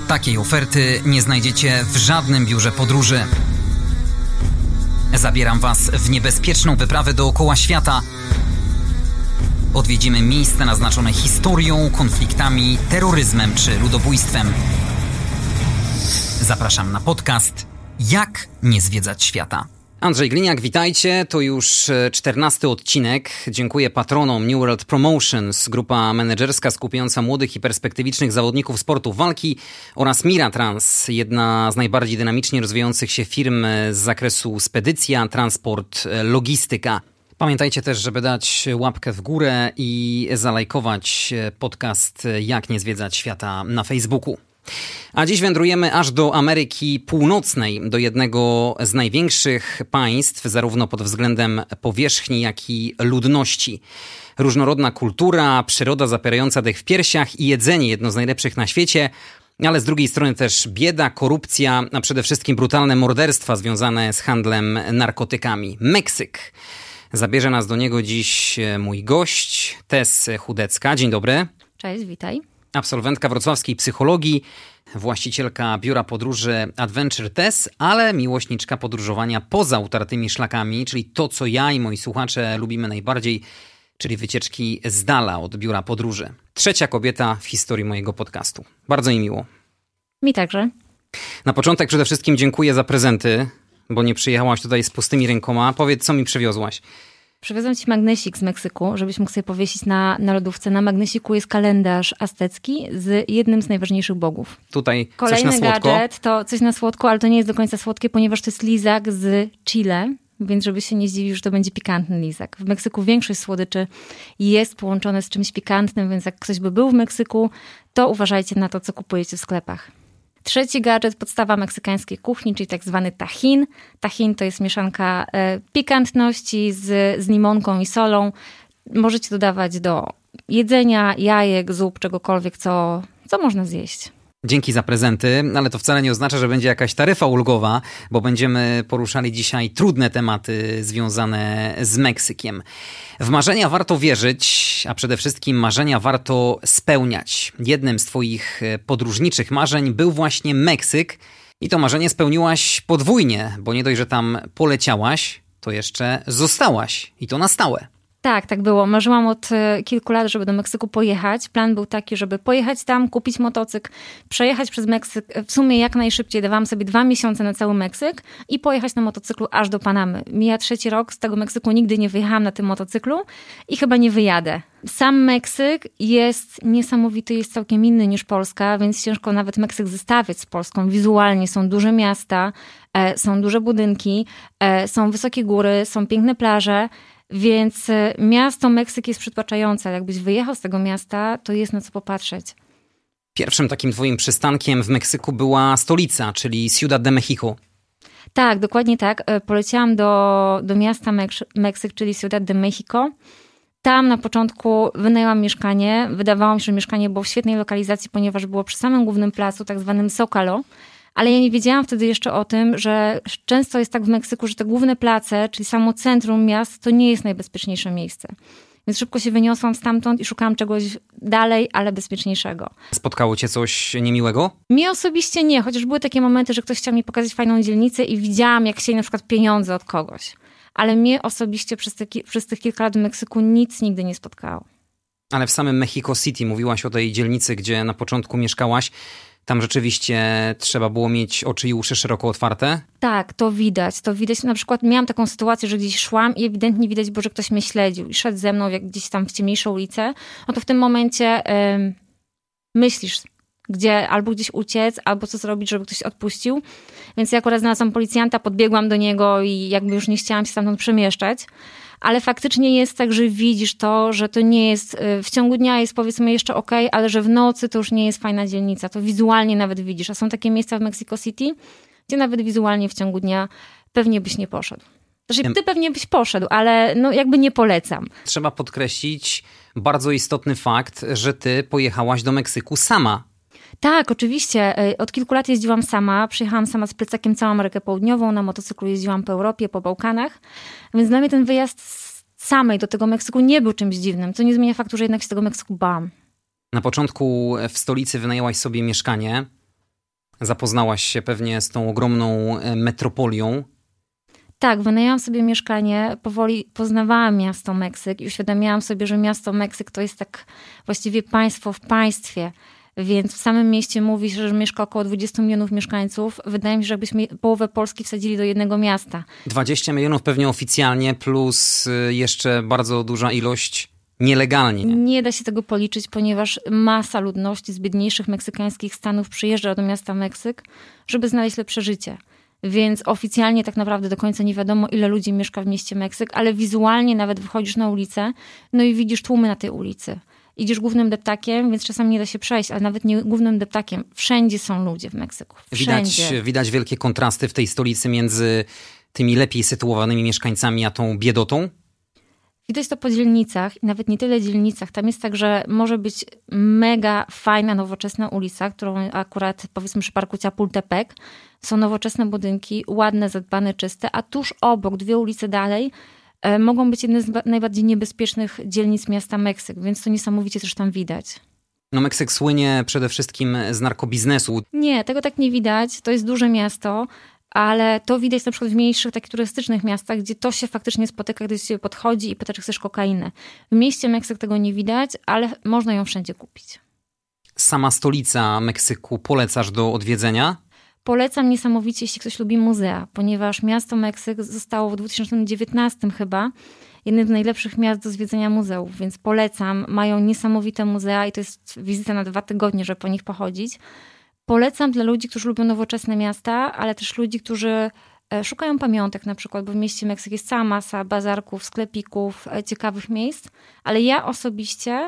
Takiej oferty nie znajdziecie w żadnym biurze podróży. Zabieram Was w niebezpieczną wyprawę dookoła świata. Odwiedzimy miejsca naznaczone historią, konfliktami, terroryzmem czy ludobójstwem. Zapraszam na podcast Jak nie zwiedzać świata. Andrzej Gliniak, witajcie. To już 14 odcinek. Dziękuję patronom New World Promotions, grupa menedżerska skupiająca młodych i perspektywicznych zawodników sportu walki, oraz Mira Trans, jedna z najbardziej dynamicznie rozwijających się firm z zakresu spedycja, transport, logistyka. Pamiętajcie też, żeby dać łapkę w górę i zalajkować podcast Jak nie zwiedzać świata na Facebooku. A dziś wędrujemy aż do Ameryki Północnej, do jednego z największych państw, zarówno pod względem powierzchni, jak i ludności. Różnorodna kultura, przyroda zapierająca dech w piersiach i jedzenie jedno z najlepszych na świecie, ale z drugiej strony też bieda, korupcja, a przede wszystkim brutalne morderstwa związane z handlem narkotykami. Meksyk. Zabierze nas do niego dziś mój gość, Tess Chudecka. Dzień dobry. Cześć, witaj. Absolwentka wrocławskiej psychologii, właścicielka biura podróży Adventure Tess, ale miłośniczka podróżowania poza utartymi szlakami, czyli to, co ja i moi słuchacze lubimy najbardziej, czyli wycieczki z dala od biura podróży. Trzecia kobieta w historii mojego podcastu. Bardzo mi miło. Mi także. Na początek przede wszystkim dziękuję za prezenty, bo nie przyjechałaś tutaj z pustymi rękoma. Powiedz, co mi przywiozłaś? Przywiozłam ci magnesik z Meksyku, żebyś mógł sobie powiesić na lodówce. Na magnesiku jest kalendarz aztecki z jednym z najważniejszych bogów. Tutaj kolejny coś na słodko. Gadżet to coś na słodko, ale to nie jest do końca słodkie, ponieważ to jest lizak z Chile, więc żeby się nie zdziwił, że to będzie pikantny lizak. W Meksyku większość słodyczy jest połączone z czymś pikantnym, więc jak ktoś by był w Meksyku, to uważajcie na to, co kupujecie w sklepach. Trzeci gadżet, podstawa meksykańskiej kuchni, czyli tak zwany tahin. Tahin to jest mieszanka pikantności z limonką i solą. Możecie dodawać do jedzenia, jajek, zup, czegokolwiek, co można zjeść. Dzięki za prezenty, ale to wcale nie oznacza, że będzie jakaś taryfa ulgowa, bo będziemy poruszali dzisiaj trudne tematy związane z Meksykiem. W marzenia warto wierzyć, a przede wszystkim marzenia warto spełniać. Jednym z twoich podróżniczych marzeń był właśnie Meksyk i to marzenie spełniłaś podwójnie, bo nie dość, że tam poleciałaś, to jeszcze zostałaś i to na stałe. Tak było. Marzyłam od kilku lat, żeby do Meksyku pojechać. Plan był taki, żeby pojechać tam, kupić motocykl, przejechać przez Meksyk w sumie jak najszybciej. Dawałam sobie 2 miesiące na cały Meksyk i pojechać na motocyklu aż do Panamy. Mija 3 rok, z tego Meksyku nigdy nie wyjechałam na tym motocyklu i chyba nie wyjadę. Sam Meksyk jest niesamowity, jest całkiem inny niż Polska, więc ciężko nawet Meksyk zestawiać z Polską. Wizualnie są duże miasta, są duże budynki, są wysokie góry, są piękne plaże. Więc miasto Meksyk jest przytłaczające. Jakbyś wyjechał z tego miasta, to jest na co popatrzeć. Pierwszym takim twoim przystankiem w Meksyku była stolica, czyli Ciudad de México. Tak, dokładnie tak. Poleciałam do miasta Meksyk, czyli Ciudad de México. Tam na początku wynajęłam mieszkanie. Wydawało mi się, że mieszkanie było w świetnej lokalizacji, ponieważ było przy samym głównym placu, tak zwanym Zócalo. Ale ja nie wiedziałam wtedy jeszcze o tym, że często jest tak w Meksyku, że te główne place, czyli samo centrum miast, to nie jest najbezpieczniejsze miejsce. Więc szybko się wyniosłam stamtąd i szukałam czegoś dalej, ale bezpieczniejszego. Spotkało cię coś niemiłego? Mnie osobiście nie, chociaż były takie momenty, że ktoś chciał mi pokazać fajną dzielnicę i widziałam, jak sięga na przykład pieniądze od kogoś. Ale mnie osobiście przez tych kilka lat w Meksyku nic nigdy nie spotkało. Ale w samym Mexico City mówiłaś o tej dzielnicy, gdzie na początku mieszkałaś. Tam rzeczywiście trzeba było mieć oczy i uszy szeroko otwarte? Tak, to widać. Na przykład miałam taką sytuację, że gdzieś szłam i ewidentnie widać było, że ktoś mnie śledził i szedł ze mną gdzieś tam w ciemniejszą ulicę. No to w tym momencie myślisz, gdzie albo gdzieś uciec, albo co zrobić, żeby ktoś odpuścił. Więc ja akurat znalazłam policjanta, podbiegłam do niego i jakby już nie chciałam się stamtąd przemieszczać. Ale faktycznie jest tak, że widzisz to, że to nie jest, w ciągu dnia jest powiedzmy jeszcze okej, ale że w nocy to już nie jest fajna dzielnica. To wizualnie nawet widzisz. A są takie miejsca w Mexico City, gdzie nawet wizualnie w ciągu dnia pewnie byś nie poszedł. Znaczy, ty pewnie byś poszedł, ale no jakby nie polecam. Trzeba podkreślić bardzo istotny fakt, że ty pojechałaś do Meksyku sama. Tak, oczywiście. Od kilku lat jeździłam sama. Przyjechałam sama z plecakiem całą Amerykę Południową. Na motocyklu jeździłam po Europie, po Bałkanach. Więc dla mnie ten wyjazd samej do tego Meksyku nie był czymś dziwnym, co nie zmienia faktu, że jednak się tego Meksyku bałam. Na początku w stolicy wynajęłaś sobie mieszkanie. Zapoznałaś się pewnie z tą ogromną metropolią. Tak, wynajęłam sobie mieszkanie, powoli poznawałam miasto Meksyk i uświadamiałam sobie, że miasto Meksyk to jest tak właściwie państwo w państwie. Więc w samym mieście mówi się, że mieszka około 20 milionów mieszkańców. Wydaje mi się, że jakbyśmy połowę Polski wsadzili do jednego miasta. 20 milionów pewnie oficjalnie, plus jeszcze bardzo duża ilość nielegalnie. Nie da się tego policzyć, ponieważ masa ludności z biedniejszych meksykańskich stanów przyjeżdża do miasta Meksyk, żeby znaleźć lepsze życie. Więc oficjalnie tak naprawdę do końca nie wiadomo, ile ludzi mieszka w mieście Meksyk, ale wizualnie nawet wychodzisz na ulicę, no i widzisz tłumy na tej ulicy. Idziesz głównym deptakiem, więc czasami nie da się przejść, ale nawet nie głównym deptakiem. Wszędzie są ludzie w Meksyku. Wszędzie. Widać wielkie kontrasty w tej stolicy między tymi lepiej sytuowanymi mieszkańcami, a tą biedotą? Widać to po dzielnicach i nawet nie tyle dzielnicach. Tam jest tak, że może być mega fajna, nowoczesna ulica, którą akurat powiedzmy przy parku Chapultepec są nowoczesne budynki, ładne, zadbane, czyste, a tuż obok, 2 ulice dalej, mogą być jedne z najbardziej niebezpiecznych dzielnic miasta Meksyk, więc to niesamowicie też tam widać. No Meksyk słynie przede wszystkim z narkobiznesu. Nie, tego tak nie widać. To jest duże miasto, ale to widać na przykład w mniejszych, takich turystycznych miastach, gdzie to się faktycznie spotyka, gdy się podchodzi i pyta, czy chcesz kokainę. W mieście Meksyk tego nie widać, ale można ją wszędzie kupić. Sama stolica Meksyku polecasz do odwiedzenia? Polecam niesamowicie, jeśli ktoś lubi muzea, ponieważ miasto Meksyk zostało w 2019 chyba jednym z najlepszych miast do zwiedzenia muzeów, więc polecam. Mają niesamowite muzea i to jest wizyta na 2 tygodnie, żeby po nich pochodzić. Polecam dla ludzi, którzy lubią nowoczesne miasta, ale też ludzi, którzy szukają pamiątek na przykład, bo w mieście Meksyk jest cała masa bazarków, sklepików, ciekawych miejsc, ale ja osobiście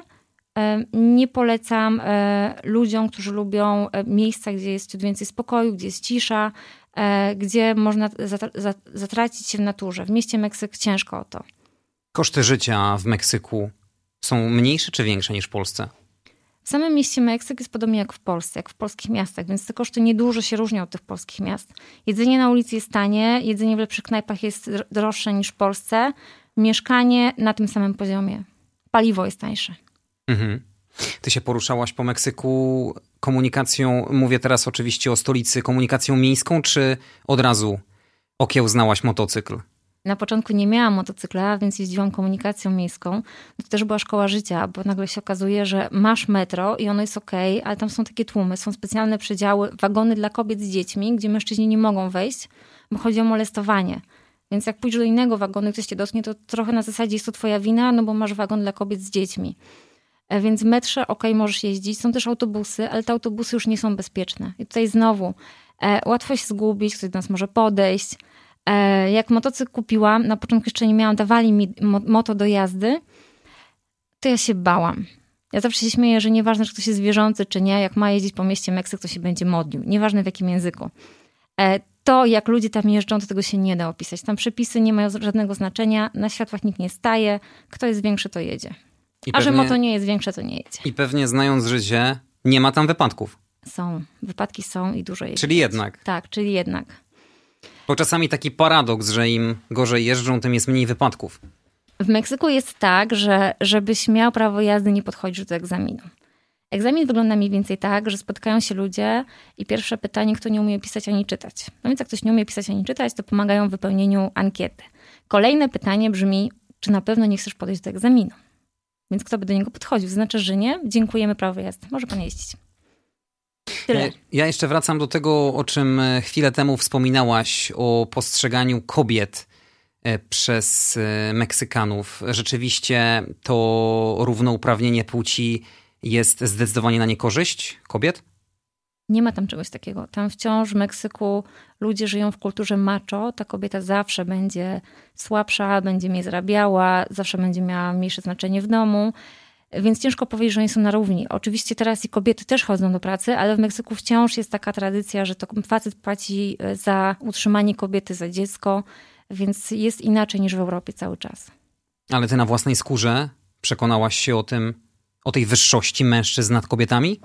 nie polecam ludziom, którzy lubią miejsca, gdzie jest ciut więcej spokoju, gdzie jest cisza, gdzie można zatracić się w naturze. W mieście Meksyk ciężko o to. Koszty życia w Meksyku są mniejsze czy większe niż w Polsce? W samym mieście Meksyk jest podobnie jak w Polsce, jak w polskich miastach, więc te koszty niedużo się różnią od tych polskich miast. Jedzenie na ulicy jest tanie, jedzenie w lepszych knajpach jest droższe niż w Polsce, mieszkanie na tym samym poziomie. Paliwo jest tańsze. Mhm. Ty się poruszałaś po Meksyku komunikacją, mówię teraz oczywiście o stolicy, komunikacją miejską, czy od razu okiełznałaś motocykl? Na początku nie miałam motocykla, więc jeździłam komunikacją miejską. To też była szkoła życia, bo nagle się okazuje, że masz metro i ono jest okej, ale tam są takie tłumy, są specjalne przedziały, wagony dla kobiet z dziećmi, gdzie mężczyźni nie mogą wejść, bo chodzi o molestowanie. Więc jak pójdziesz do innego wagonu i ktoś cię dotknie, to trochę na zasadzie jest to twoja wina, no bo masz wagon dla kobiet z dziećmi. Więc w metrze możesz jeździć. Są też autobusy, ale te autobusy już nie są bezpieczne. I tutaj znowu łatwo się zgubić, ktoś do nas może podejść. Jak motocykl kupiłam, na początku jeszcze nie miałam, dawali mi moto do jazdy, to ja się bałam. Ja zawsze się śmieję, że nieważne, czy ktoś jest wierzący, czy nie, jak ma jeździć po mieście Meksyk, to się będzie modlił. Nieważne w jakim języku. To, jak ludzie tam jeżdżą, to tego się nie da opisać. Tam przepisy nie mają żadnego znaczenia, na światłach nikt nie staje, kto jest większy, to jedzie. Że moto nie jest większe, to nie jedzie. I pewnie znając życie, nie ma tam wypadków. Wypadki są i dużo jeździ. Czyli jednak. Tak, czyli jednak. Bo czasami taki paradoks, że im gorzej jeżdżą, tym jest mniej wypadków. W Meksyku jest tak, że żebyś miał prawo jazdy, nie podchodzisz do egzaminu. Egzamin wygląda mniej więcej tak, że spotkają się ludzie i pierwsze pytanie, kto nie umie pisać ani czytać. No więc jak ktoś nie umie pisać ani czytać, to pomagają w wypełnieniu ankiety. Kolejne pytanie brzmi, czy na pewno nie chcesz podejść do egzaminu? Więc kto by do niego podchodził? Znaczy, że nie. Dziękujemy, prawo jazdy. Może pan jeździć. Tyle. Ja jeszcze wracam do tego, o czym chwilę temu wspominałaś, o postrzeganiu kobiet przez Meksykanów. Rzeczywiście to równouprawnienie płci jest zdecydowanie na niekorzyść kobiet? Nie ma tam czegoś takiego. Tam wciąż w Meksyku ludzie żyją w kulturze macho. Ta kobieta zawsze będzie słabsza, będzie mniej zarabiała, zawsze będzie miała mniejsze znaczenie w domu. Więc ciężko powiedzieć, że oni są na równi. Oczywiście teraz i kobiety też chodzą do pracy, ale w Meksyku wciąż jest taka tradycja, że to facet płaci za utrzymanie kobiety, za dziecko, więc jest inaczej niż w Europie cały czas. Ale ty na własnej skórze przekonałaś się o tej wyższości mężczyzn nad kobietami?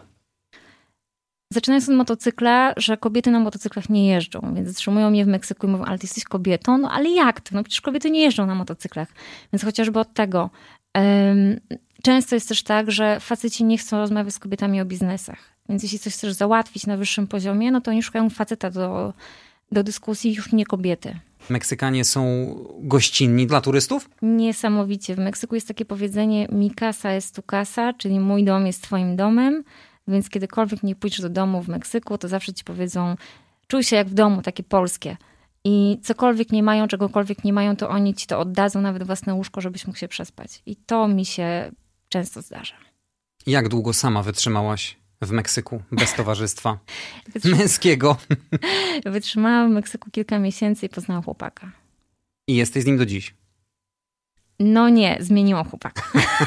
Zaczynając od motocykla, że kobiety na motocyklach nie jeżdżą, więc zatrzymują mnie w Meksyku i mówią, ale ty jesteś kobietą? No ale jak to? No przecież kobiety nie jeżdżą na motocyklach. Więc chociażby od tego. Często jest też tak, że faceci nie chcą rozmawiać z kobietami o biznesach. Więc jeśli coś chcesz załatwić na wyższym poziomie, no to oni szukają faceta do dyskusji, już nie kobiety. Meksykanie są gościnni dla turystów? Niesamowicie. W Meksyku jest takie powiedzenie mi casa es tu casa, czyli mój dom jest twoim domem, więc kiedykolwiek nie pójdziesz do domu w Meksyku, to zawsze ci powiedzą czuj się jak w domu, takie polskie. I cokolwiek nie mają, czegokolwiek nie mają, to oni ci to oddadzą, nawet własne łóżko, żebyś mógł się przespać. I to mi się często zdarza. Jak długo sama wytrzymałaś w Meksyku bez towarzystwa męskiego? Wytrzymałam w Meksyku kilka miesięcy i poznałam chłopaka. I jesteś z nim do dziś? No nie, zmieniłam chłopaka.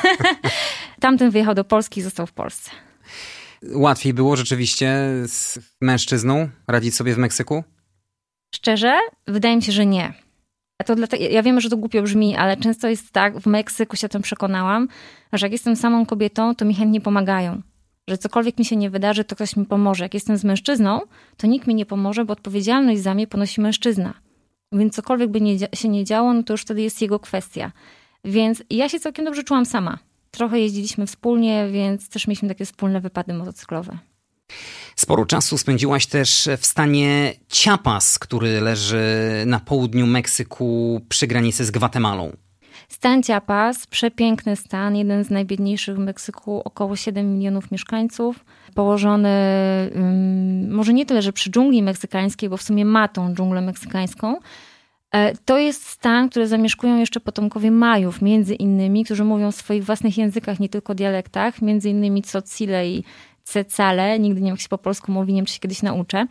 Tamten wyjechał do Polski i został w Polsce. Łatwiej było rzeczywiście z mężczyzną radzić sobie w Meksyku? Szczerze? Wydaje mi się, że nie. To dlatego, ja wiem, że to głupio brzmi, ale często jest tak, w Meksyku się o tym przekonałam, że jak jestem samą kobietą, to mi chętnie pomagają. Że cokolwiek mi się nie wydarzy, to ktoś mi pomoże. Jak jestem z mężczyzną, to nikt mi nie pomoże, bo odpowiedzialność za mnie ponosi mężczyzna. Więc cokolwiek by się nie działo, no to już wtedy jest jego kwestia. Więc ja się całkiem dobrze czułam sama. Trochę jeździliśmy wspólnie, więc też mieliśmy takie wspólne wypady motocyklowe. Sporo czasu spędziłaś też w stanie Chiapas, który leży na południu Meksyku przy granicy z Gwatemalą. Stan Chiapas, przepiękny stan, jeden z najbiedniejszych w Meksyku, około 7 milionów mieszkańców. Położony może nie tyle, że przy dżungli meksykańskiej, bo w sumie ma tą dżunglę meksykańską. To jest stan, który zamieszkują jeszcze potomkowie Majów, między innymi, którzy mówią w swoich własnych językach, nie tylko dialektach, między innymi Tzotzile i Cecale. Nigdy nie wiem, jak się po polsku mówi, nie wiem, czy się kiedyś nauczę.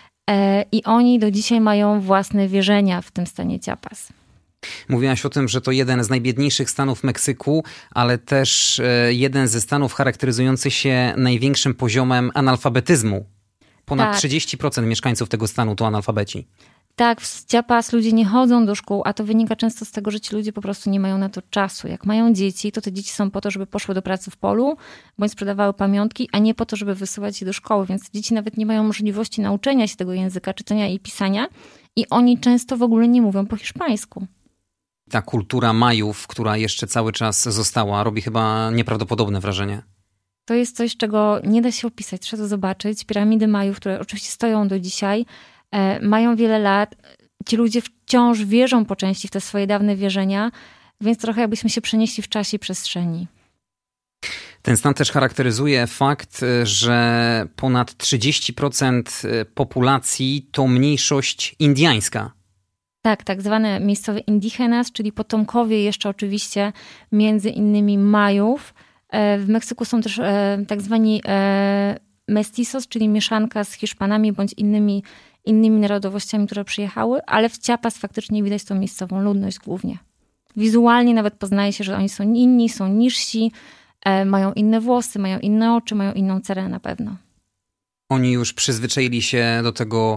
I oni do dzisiaj mają własne wierzenia w tym stanie Chiapas. Mówiłaś o tym, że to jeden z najbiedniejszych stanów Meksyku, ale też jeden ze stanów charakteryzujących się największym poziomem analfabetyzmu. Ponad 30% mieszkańców tego stanu to analfabeci. Tak, w Chiapas ludzie nie chodzą do szkół, a to wynika często z tego, że ci ludzie po prostu nie mają na to czasu. Jak mają dzieci, to te dzieci są po to, żeby poszły do pracy w polu, bądź sprzedawały pamiątki, a nie po to, żeby wysyłać je do szkoły. Więc dzieci nawet nie mają możliwości nauczenia się tego języka, czytania i pisania i oni często w ogóle nie mówią po hiszpańsku. Ta kultura Majów, która jeszcze cały czas została, robi chyba nieprawdopodobne wrażenie. To jest coś, czego nie da się opisać, trzeba to zobaczyć. Piramidy Majów, które oczywiście stoją do dzisiaj, mają wiele lat. Ci ludzie wciąż wierzą po części w te swoje dawne wierzenia, więc trochę jakbyśmy się przenieśli w czasie i przestrzeni. Ten stan też charakteryzuje fakt, że ponad 30% populacji to mniejszość indiańska. Tak zwane miejscowe indigenas, czyli potomkowie jeszcze oczywiście między innymi Majów. W Meksyku są też tak zwani mestizos, czyli mieszanka z Hiszpanami bądź innymi narodowościami, które przyjechały, ale w Chiapas faktycznie widać tą miejscową ludność głównie. Wizualnie nawet poznaje się, że oni są inni, są niżsi, mają inne włosy, mają inne oczy, mają inną cerę na pewno. Oni już przyzwyczaili się do tego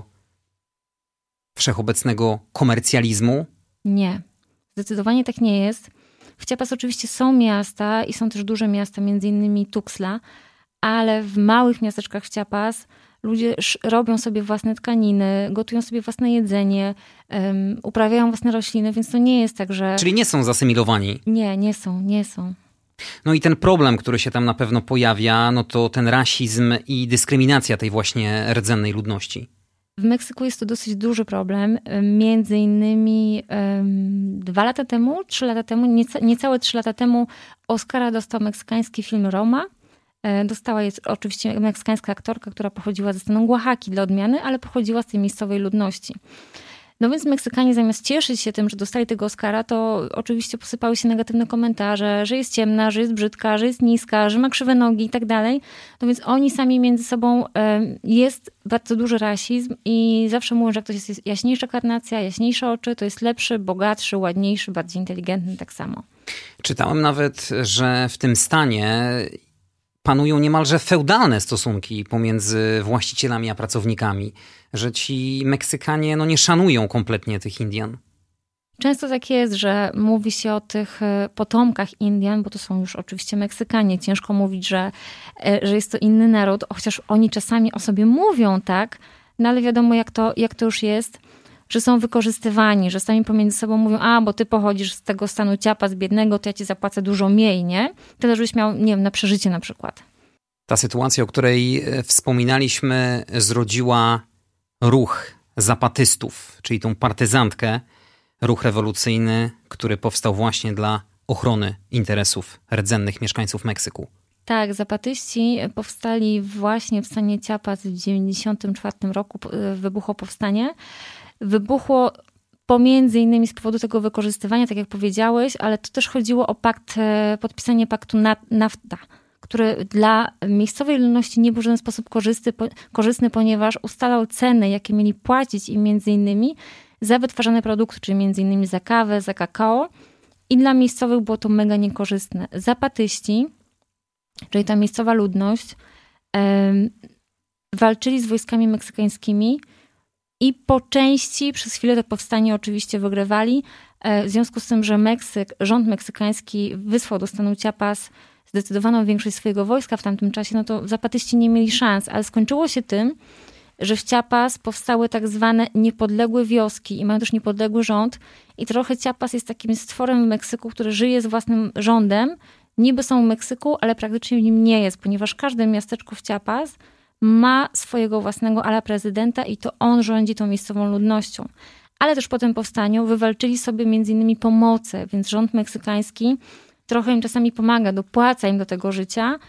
wszechobecnego komercjalizmu? Nie, zdecydowanie tak nie jest. W Chiapas oczywiście są miasta i są też duże miasta, między innymi Tuxtla, ale w małych miasteczkach w Chiapas ludzie robią sobie własne tkaniny, gotują sobie własne jedzenie, uprawiają własne rośliny, więc to nie jest tak, że... Czyli nie są zasymilowani? Nie są. No i ten problem, który się tam na pewno pojawia, no to ten rasizm i dyskryminacja tej właśnie rdzennej ludności. W Meksyku jest to dosyć duży problem. Między innymi 2 lata temu, 3 lata temu, niecałe 3 lata temu Oscara dostał meksykański film Roma. Dostała je oczywiście meksykańska aktorka, która pochodziła ze stanu Oaxaki dla odmiany, ale pochodziła z tej miejscowej ludności. No więc Meksykanie zamiast cieszyć się tym, że dostali tego Oscara, to oczywiście posypały się negatywne komentarze, że jest ciemna, że jest brzydka, że jest niska, że ma krzywe nogi i tak dalej. No więc oni sami między sobą, jest bardzo duży rasizm i zawsze mówią, że jak ktoś jest jaśniejsza karnacja, jaśniejsze oczy, to jest lepszy, bogatszy, ładniejszy, bardziej inteligentny tak samo. Czytałem nawet, że w tym stanie panują niemalże feudalne stosunki pomiędzy właścicielami a pracownikami, że ci Meksykanie nie szanują kompletnie tych Indian. Często tak jest, że mówi się o tych potomkach Indian, bo to są już oczywiście Meksykanie. Ciężko mówić, że jest to inny naród, chociaż oni czasami o sobie mówią tak, no ale wiadomo jak to już jest, że są wykorzystywani, że sami pomiędzy sobą mówią, bo ty pochodzisz z tego stanu Chiapas biednego, to ja ci zapłacę dużo mniej, nie? Tyle, żebyś miał, nie wiem, na przeżycie na przykład. Ta sytuacja, o której wspominaliśmy, zrodziła ruch zapatystów, czyli tą partyzantkę, ruch rewolucyjny, który powstał właśnie dla ochrony interesów rdzennych mieszkańców Meksyku. Tak, zapatyści powstali właśnie w stanie Chiapas w 1994 roku. Wybuchło powstanie. Wybuchło pomiędzy innymi z powodu tego wykorzystywania, tak jak powiedziałeś, ale to też chodziło o podpisanie paktu NAFTA, który dla miejscowej ludności nie był w żaden sposób korzystny, ponieważ ustalał ceny, jakie mieli płacić im między innymi za wytwarzane produkty, czyli między innymi za kawę, za kakao. I dla miejscowych było to mega niekorzystne. Zapatyści, czyli ta miejscowa ludność, walczyli z wojskami meksykańskimi i po części przez chwilę to powstanie oczywiście wygrywali. W związku z tym, że rząd meksykański wysłał do stanu Chiapas zdecydowaną większość swojego wojska w tamtym czasie, no to zapatyści nie mieli szans, ale skończyło się tym, że w Chiapas powstały tak zwane niepodległe wioski i mają też niepodległy rząd i trochę Chiapas jest takim stworem w Meksyku, który żyje z własnym rządem. Niby są w Meksyku, ale praktycznie w nim nie jest, ponieważ każde miasteczko w Chiapas ma swojego własnego ala prezydenta i to on rządzi tą miejscową ludnością. Ale też po tym powstaniu wywalczyli sobie między innymi pomoce, więc rząd meksykański trochę im czasami pomaga, dopłaca im do tego życia,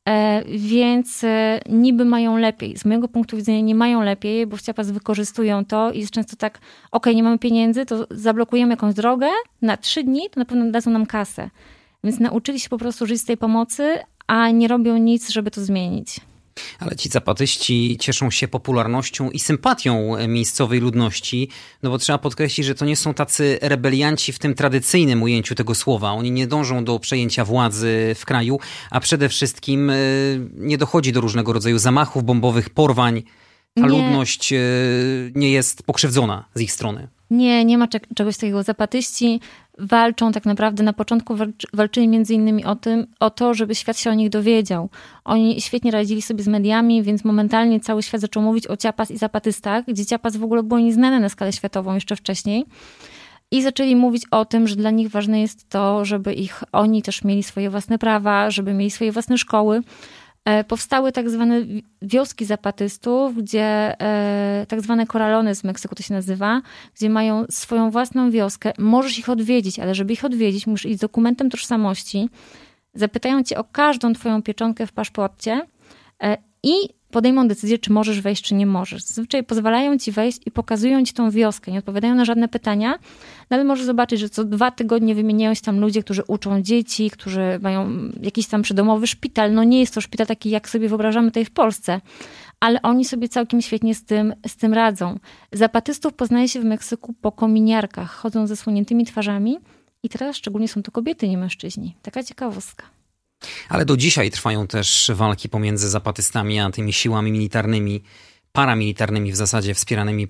więc niby mają lepiej. Z mojego punktu widzenia nie mają lepiej, bo w Chiapas wykorzystują to i jest często tak, nie mamy pieniędzy, to zablokujemy jakąś drogę na 3 dni, to na pewno dadzą nam kasę. Więc nauczyli się po prostu żyć z tej pomocy, a nie robią nic, żeby to zmienić. Ale ci zapatyści cieszą się popularnością i sympatią miejscowej ludności, no bo trzeba podkreślić, że to nie są tacy rebelianci w tym tradycyjnym ujęciu tego słowa. Oni nie dążą do przejęcia władzy w kraju, a przede wszystkim nie dochodzi do różnego rodzaju zamachów bombowych, porwań. Ta ludność nie jest pokrzywdzona z ich strony. Nie ma czegoś takiego. Zapatyści walczą tak naprawdę, na początku walczyli między innymi o to, żeby świat się o nich dowiedział. Oni świetnie radzili sobie z mediami, więc momentalnie cały świat zaczął mówić o Chiapas i zapatystach, gdzie Chiapas w ogóle było nieznane na skalę światową jeszcze wcześniej. I zaczęli mówić o tym, że dla nich ważne jest to, żeby oni też mieli swoje własne prawa, żeby mieli swoje własne szkoły. Powstały tak zwane wioski zapatystów, gdzie tak zwane koralony z Meksyku to się nazywa, gdzie mają swoją własną wioskę. Możesz ich odwiedzić, ale żeby ich odwiedzić, musisz iść z dokumentem tożsamości. Zapytają cię o każdą twoją pieczątkę w paszporcie i podejmą decyzję, czy możesz wejść, czy nie możesz. Zazwyczaj pozwalają ci wejść i pokazują ci tą wioskę. Nie odpowiadają na żadne pytania, no ale możesz zobaczyć, że co 2 tygodnie wymieniają się tam ludzie, którzy uczą dzieci, którzy mają jakiś tam przydomowy szpital. No nie jest to szpital taki, jak sobie wyobrażamy tutaj w Polsce, ale oni sobie całkiem świetnie z tym radzą. Zapatystów poznaje się w Meksyku po kominiarkach, chodzą ze zasłoniętymi twarzami i teraz szczególnie są to kobiety, nie mężczyźni. Taka ciekawostka. Ale do dzisiaj trwają też walki pomiędzy zapatystami a tymi siłami militarnymi, paramilitarnymi w zasadzie, wspieranymi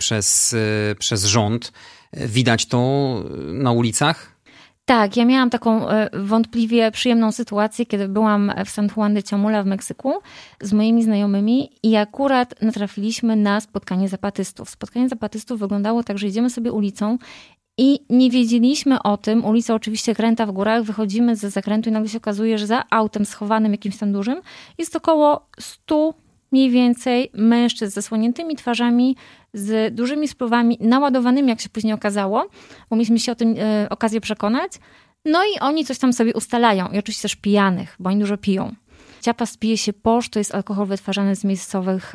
przez rząd. Widać to na ulicach? Tak, ja miałam taką wątpliwie przyjemną sytuację, kiedy byłam w San Juan de Chamula w Meksyku z moimi znajomymi i akurat natrafiliśmy na spotkanie zapatystów. Spotkanie zapatystów wyglądało tak, że idziemy sobie ulicą i nie wiedzieliśmy o tym. Ulica oczywiście kręta w górach, wychodzimy ze zakrętu i nagle się okazuje, że za autem schowanym jakimś tam dużym jest około 100 mniej więcej mężczyzn z zasłoniętymi twarzami, z dużymi spluwami, naładowanymi, jak się później okazało, bo mieliśmy się o tym okazję przekonać. No i oni coś tam sobie ustalają i oczywiście też pijanych, bo oni dużo piją. Chiapas pije się posz, to jest alkohol wytwarzany z miejscowych,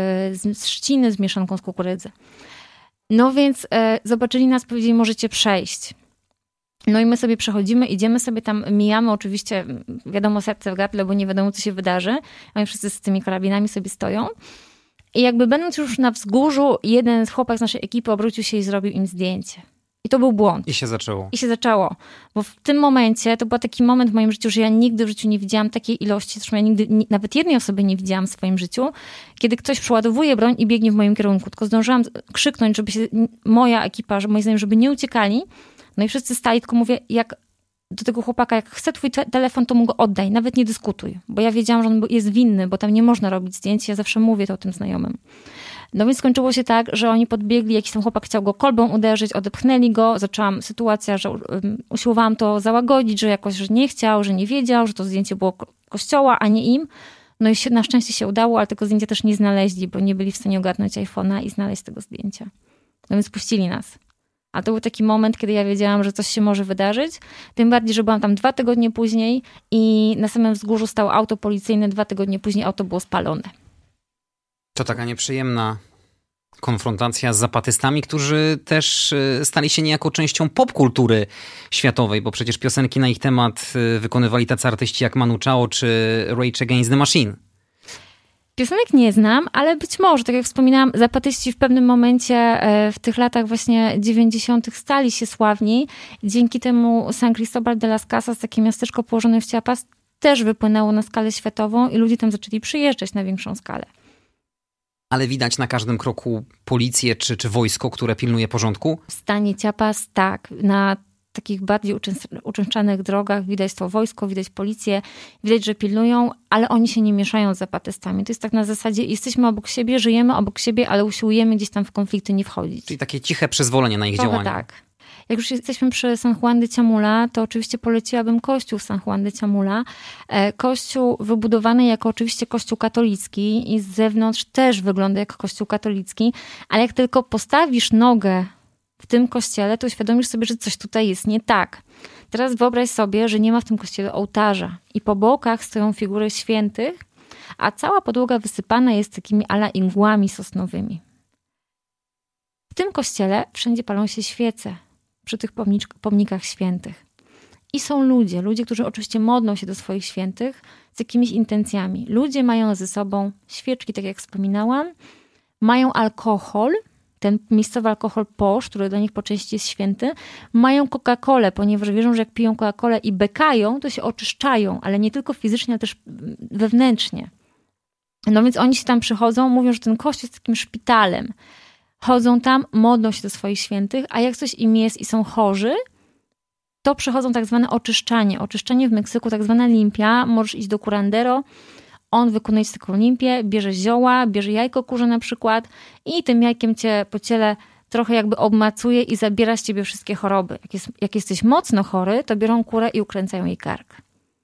z trzciny z mieszanką z kukurydzy. No więc zobaczyli nas, powiedzieli, możecie przejść. No i my sobie przechodzimy, idziemy sobie tam, mijamy oczywiście, wiadomo, serce w gardle, bo nie wiadomo, co się wydarzy. Oni wszyscy z tymi karabinami sobie stoją. I jakby będąc już na wzgórzu, jeden z chłopak z naszej ekipy obrócił się i zrobił im zdjęcie. I to był błąd. I się zaczęło. Bo w tym momencie, to był taki moment w moim życiu, że ja nigdy w życiu nie widziałam takiej ilości, zresztą ja nigdy nawet jednej osoby nie widziałam w swoim życiu, kiedy ktoś przeładowuje broń i biegnie w moim kierunku. Tylko zdążyłam krzyknąć, żeby się moja ekipa, moi znajomi, żeby nie uciekali. No i wszyscy stali, tylko mówię, jak do tego chłopaka, jak chce twój telefon, to mu go oddaj, nawet nie dyskutuj. Bo ja wiedziałam, że on jest winny, bo tam nie można robić zdjęć, ja zawsze mówię to o tym znajomym. No więc skończyło się tak, że oni podbiegli, jakiś tam chłopak chciał go kolbą uderzyć, odepchnęli go, zaczęłam sytuacja, że usiłowałam to załagodzić, że jakoś że nie chciał, że nie wiedział, że to zdjęcie było kościoła, a nie im. No i na szczęście się udało, ale tego zdjęcia też nie znaleźli, bo nie byli w stanie ogarnąć iPhone'a i znaleźć tego zdjęcia. No więc puścili nas. A to był taki moment, kiedy ja wiedziałam, że coś się może wydarzyć. Tym bardziej, że byłam tam 2 tygodnie później i na samym wzgórzu stało auto policyjne. 2 tygodnie później auto było spalone. To taka nieprzyjemna konfrontacja z zapatystami, którzy też stali się niejako częścią popkultury światowej, bo przecież piosenki na ich temat wykonywali tacy artyści jak Manu Chao czy Rage Against the Machine. Piosenek nie znam, ale być może, tak jak wspominałam, zapatyści w pewnym momencie w tych latach właśnie 90. stali się sławni. Dzięki temu San Cristobal de las Casas, takie miasteczko położone w Chiapas, też wypłynęło na skalę światową i ludzie tam zaczęli przyjeżdżać na większą skalę. Ale widać na każdym kroku policję czy wojsko, które pilnuje porządku? W stanie Chiapas tak. Na takich bardziej uczęszczanych drogach widać to wojsko, widać policję, widać, że pilnują, ale oni się nie mieszają z zapatystami. To jest tak na zasadzie, jesteśmy obok siebie, żyjemy obok siebie, ale usiłujemy gdzieś tam w konflikty nie wchodzić. Czyli takie ciche przyzwolenie na ich Trochę działania. Tak. Jak już jesteśmy przy San Juan de Chamula, to oczywiście poleciłabym kościół w San Juan de Chamula. Kościół wybudowany jako oczywiście kościół katolicki i z zewnątrz też wygląda jak kościół katolicki, ale jak tylko postawisz nogę w tym kościele, to uświadomisz sobie, że coś tutaj jest nie tak. Teraz wyobraź sobie, że nie ma w tym kościele ołtarza i po bokach stoją figury świętych, a cała podłoga wysypana jest takimi ala igłami sosnowymi. W tym kościele wszędzie palą się świece przy tych pomnikach świętych. I są ludzie, którzy oczywiście modlą się do swoich świętych z jakimiś intencjami. Ludzie mają ze sobą świeczki, tak jak wspominałam, mają alkohol, ten miejscowy alkohol Posz, który dla nich po części jest święty, mają Coca-Colę, ponieważ wierzą, że jak piją Coca-Colę i bekają, to się oczyszczają, ale nie tylko fizycznie, ale też wewnętrznie. No więc oni się tam przychodzą, mówią, że ten kościół jest takim szpitalem. Chodzą tam, modlą się do swoich świętych, a jak coś im jest i są chorzy, to przychodzą tak zwane oczyszczanie. Oczyszczanie w Meksyku, tak zwana limpia. Możesz iść do curandero, on wykonuje taką limpię, bierze zioła, bierze jajko kurze na przykład i tym jajkiem cię po ciele trochę jakby obmacuje i zabiera z ciebie wszystkie choroby. Jak jesteś mocno chory, to biorą kurę i ukręcają jej kark.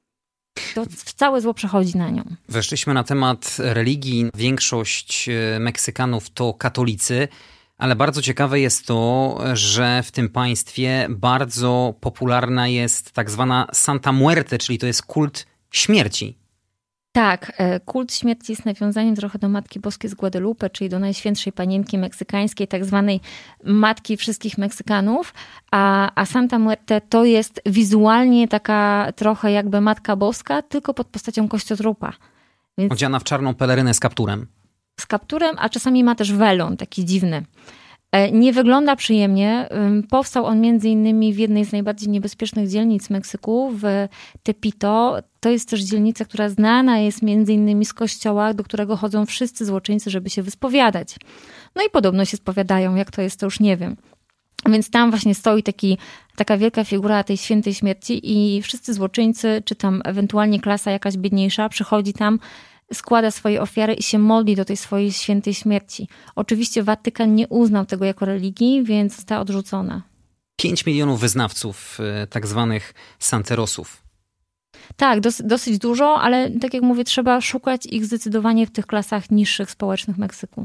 To całe zło przechodzi na nią. Weszliśmy na temat religii. Większość Meksykanów to katolicy, ale bardzo ciekawe jest to, że w tym państwie bardzo popularna jest tak zwana Santa Muerte, czyli to jest kult śmierci. Tak, kult śmierci jest nawiązaniem trochę do Matki Boskiej z Guadalupe, czyli do Najświętszej Panienki Meksykańskiej, tak zwanej matki wszystkich Meksykanów, a Santa Muerte to jest wizualnie taka trochę jakby Matka Boska, tylko pod postacią kościotrupa. Więc odziana w czarną pelerynę z kapturem. z kapturem, a czasami ma też welon taki dziwny. Nie wygląda przyjemnie. Powstał on między innymi w jednej z najbardziej niebezpiecznych dzielnic Meksyku, w Tepito. To jest też dzielnica, która znana jest między innymi z kościoła, do którego chodzą wszyscy złoczyńcy, żeby się wyspowiadać. No i podobno się spowiadają, jak to jest, to już nie wiem. Więc tam właśnie stoi taka wielka figura tej świętej śmierci i wszyscy złoczyńcy, czy tam ewentualnie klasa jakaś biedniejsza, przychodzi tam, składa swoje ofiary i się modli do tej swojej świętej śmierci. Oczywiście Watykan nie uznał tego jako religii, więc została odrzucona. 5 milionów wyznawców, tak zwanych santerosów. Tak, dosyć dużo, ale tak jak mówię, trzeba szukać ich zdecydowanie w tych klasach niższych społecznych Meksyku.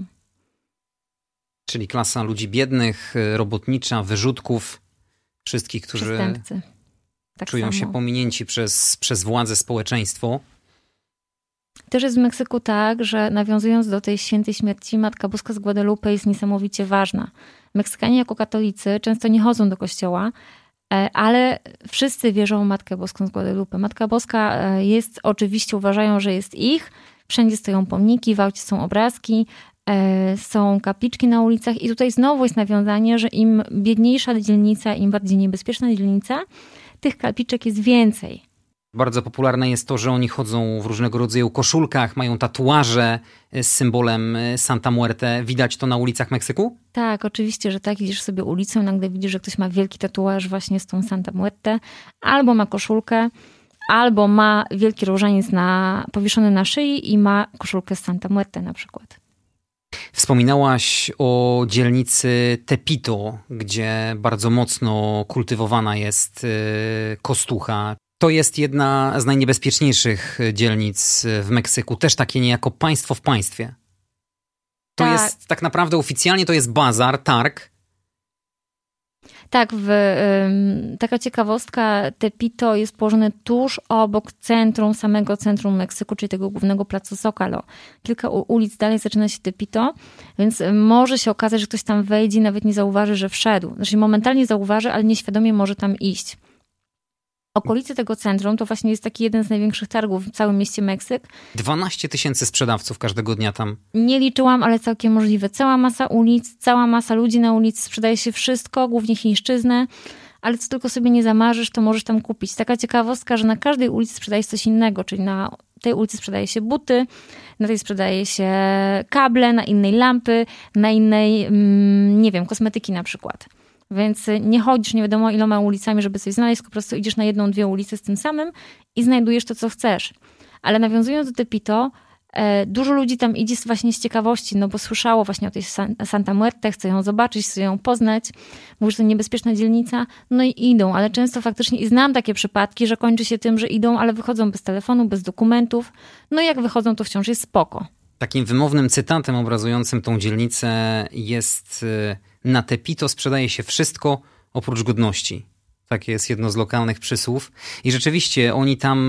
Czyli klasa ludzi biednych, robotnicza, wyrzutków, wszystkich, którzy Przestępcy. Tak czują samo się pominięci przez władze, społeczeństwo. Też jest w Meksyku tak, że nawiązując do tej świętej śmierci, Matka Boska z Guadalupe jest niesamowicie ważna. Meksykanie jako katolicy często nie chodzą do kościoła, ale wszyscy wierzą w Matkę Boską z Guadalupe. Matka Boska jest, oczywiście uważają, że jest ich. Wszędzie stoją pomniki, w aucie są obrazki, są kapliczki na ulicach i tutaj znowu jest nawiązanie, że im biedniejsza dzielnica, im bardziej niebezpieczna dzielnica, tych kapliczek jest więcej. Bardzo popularne jest to, że oni chodzą w różnego rodzaju koszulkach, mają tatuaże z symbolem Santa Muerte. Widać to na ulicach Meksyku? Tak, oczywiście, że tak. Idziesz sobie ulicą i nagle widzisz, że ktoś ma wielki tatuaż właśnie z tą Santa Muerte. Albo ma koszulkę, albo ma wielki różaniec powieszony na szyi i ma koszulkę z Santa Muerte na przykład. Wspominałaś o dzielnicy Tepito, gdzie bardzo mocno kultywowana jest kostucha. To jest jedna z najniebezpieczniejszych dzielnic w Meksyku. Też takie niejako państwo w państwie. To tak. jest tak naprawdę oficjalnie to jest bazar, targ. Tak, taka ciekawostka, Tepito jest położone tuż obok samego centrum Meksyku, czyli tego głównego placu Zócalo. Kilka ulic dalej zaczyna się Tepito, więc może się okazać, że ktoś tam wejdzie i nawet nie zauważy, że wszedł. Znaczy momentalnie zauważy, ale nieświadomie może tam iść. Okolice tego centrum to właśnie jest taki jeden z największych targów w całym mieście Meksyk. 12 000 sprzedawców każdego dnia tam. Nie liczyłam, ale całkiem możliwe. Cała masa ulic, cała masa ludzi na ulicy, sprzedaje się wszystko, głównie chińszczyznę, ale co tylko sobie nie zamarzysz, to możesz tam kupić. Taka ciekawostka, że na każdej ulicy sprzedaje się coś innego, czyli na tej ulicy sprzedaje się buty, na tej sprzedaje się kable, na innej lampy, na innej, nie wiem, kosmetyki na przykład. Więc nie chodzisz nie wiadomo iloma ulicami, żeby coś znaleźć, po prostu idziesz na jedną, dwie ulice z tym samym i znajdujesz to, co chcesz. Ale nawiązując do Tepito, dużo ludzi tam idzie właśnie z ciekawości, no bo słyszało właśnie o tej Santa Muerte, chce ją zobaczyć, chce ją poznać, mówi, że to niebezpieczna dzielnica, no i idą, ale często faktycznie, i znam takie przypadki, że kończy się tym, że idą, ale wychodzą bez telefonu, bez dokumentów, no i jak wychodzą, to wciąż jest spoko. Takim wymownym cytatem obrazującym tą dzielnicę jest: na Tepito sprzedaje się wszystko oprócz godności. Takie jest jedno z lokalnych przysłów. I rzeczywiście oni tam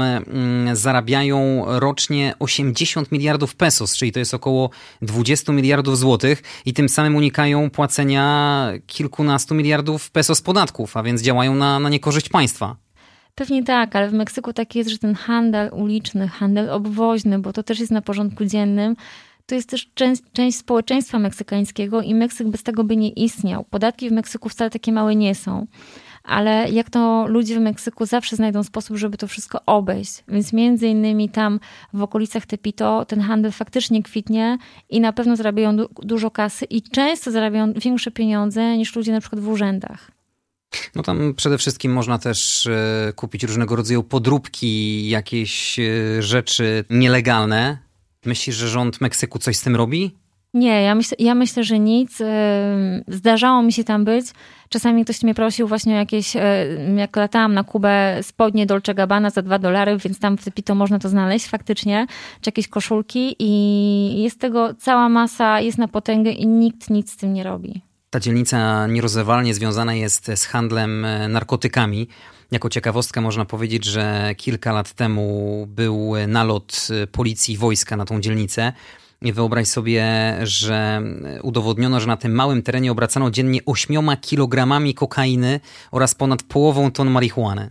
zarabiają rocznie 80 miliardów pesos, czyli to jest około 20 miliardów złotych i tym samym unikają płacenia kilkunastu miliardów pesos podatków, a więc działają na niekorzyść państwa. Pewnie tak, ale w Meksyku tak jest, że ten handel uliczny, handel obwoźny, bo to też jest na porządku dziennym, to jest też część społeczeństwa meksykańskiego i Meksyk bez tego by nie istniał. Podatki w Meksyku wcale takie małe nie są. Ale jak to ludzie w Meksyku zawsze znajdą sposób, żeby to wszystko obejść. Więc między innymi tam w okolicach Tepito ten handel faktycznie kwitnie i na pewno zarabiają dużo kasy i często zarabiają większe pieniądze niż ludzie na przykład w urzędach. No tam przede wszystkim można też kupić różnego rodzaju podróbki, jakieś rzeczy nielegalne. Myślisz, że rząd Meksyku coś z tym robi? Nie, ja myślę, że nic. Zdarzało mi się tam być. Czasami ktoś mnie prosił właśnie o jakieś, jak latałam na Kubę, spodnie Dolce Gabbana za $2, więc tam w Tepito można to znaleźć faktycznie, czy jakieś koszulki i jest tego cała masa, jest na potęgę i nikt nic z tym nie robi. Ta dzielnica nierozerwalnie związana jest z handlem narkotykami. Jako ciekawostkę można powiedzieć, że kilka lat temu był nalot policji i wojska na tą dzielnicę. I wyobraź sobie, że udowodniono, że na tym małym terenie obracano dziennie 8 kilogramami kokainy oraz ponad połową ton marihuany.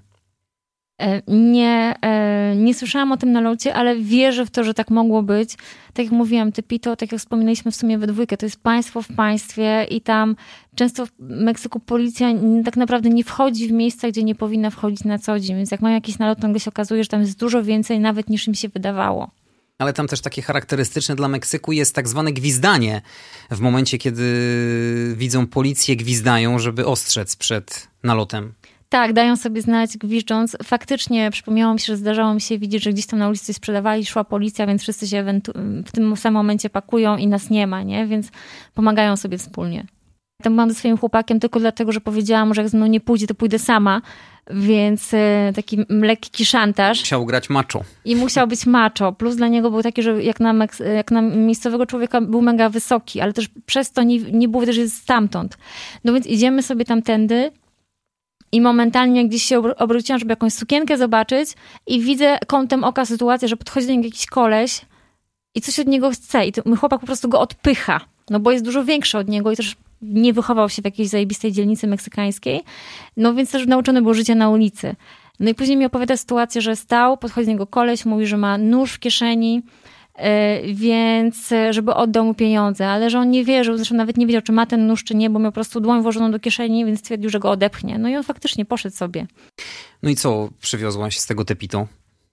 Nie słyszałam o tym nalocie, ale wierzę w to, że tak mogło być. Tak jak mówiłam, Tepito, tak jak wspominaliśmy w sumie we dwójkę, to jest państwo w państwie i tam często w Meksyku policja tak naprawdę nie wchodzi w miejsca, gdzie nie powinna wchodzić na co dzień. Więc jak mają jakiś nalot, nagle się okazuje, że tam jest dużo więcej nawet niż im się wydawało. Ale tam też takie charakterystyczne dla Meksyku jest tak zwane gwizdanie. W momencie, kiedy widzą policję, gwizdają, żeby ostrzec przed nalotem. Tak, dają sobie znać gwiżdżąc. Faktycznie przypomniało mi się, że zdarzało mi się widzieć, że gdzieś tam na ulicy coś sprzedawali, szła policja, więc wszyscy się w tym samym momencie pakują i nas nie ma, nie? Więc pomagają sobie wspólnie. Tam byłam ze swoim chłopakiem tylko dlatego, że powiedziałam, że jak ze mną nie pójdzie, to pójdę sama. Więc taki lekki szantaż. Musiał grać macho. I musiał być macho. Plus dla niego był taki, że jak na miejscowego człowieka był mega wysoki, ale też przez to nie było widać, że jest stamtąd. No więc idziemy sobie tamtędy i momentalnie gdzieś się obróciłam, żeby jakąś sukienkę zobaczyć i widzę kątem oka sytuację, że podchodzi do niego jakiś koleś i coś od niego chce. I mój chłopak po prostu go odpycha, no bo jest dużo większy od niego i też nie wychował się w jakiejś zajebistej dzielnicy meksykańskiej, no więc też nauczony był życia na ulicy. No i później mi opowiada sytuację, że stał, podchodzi do niego koleś, mówi, że ma nóż w kieszeni, więc żeby oddał mu pieniądze, ale że on nie wierzył, zresztą nawet nie wiedział, czy ma ten nóż, czy nie, bo miał po prostu dłoń włożoną do kieszeni, więc stwierdził, że go odepchnie. No i on faktycznie poszedł sobie. No i co przywiozłaś z tego Tepito?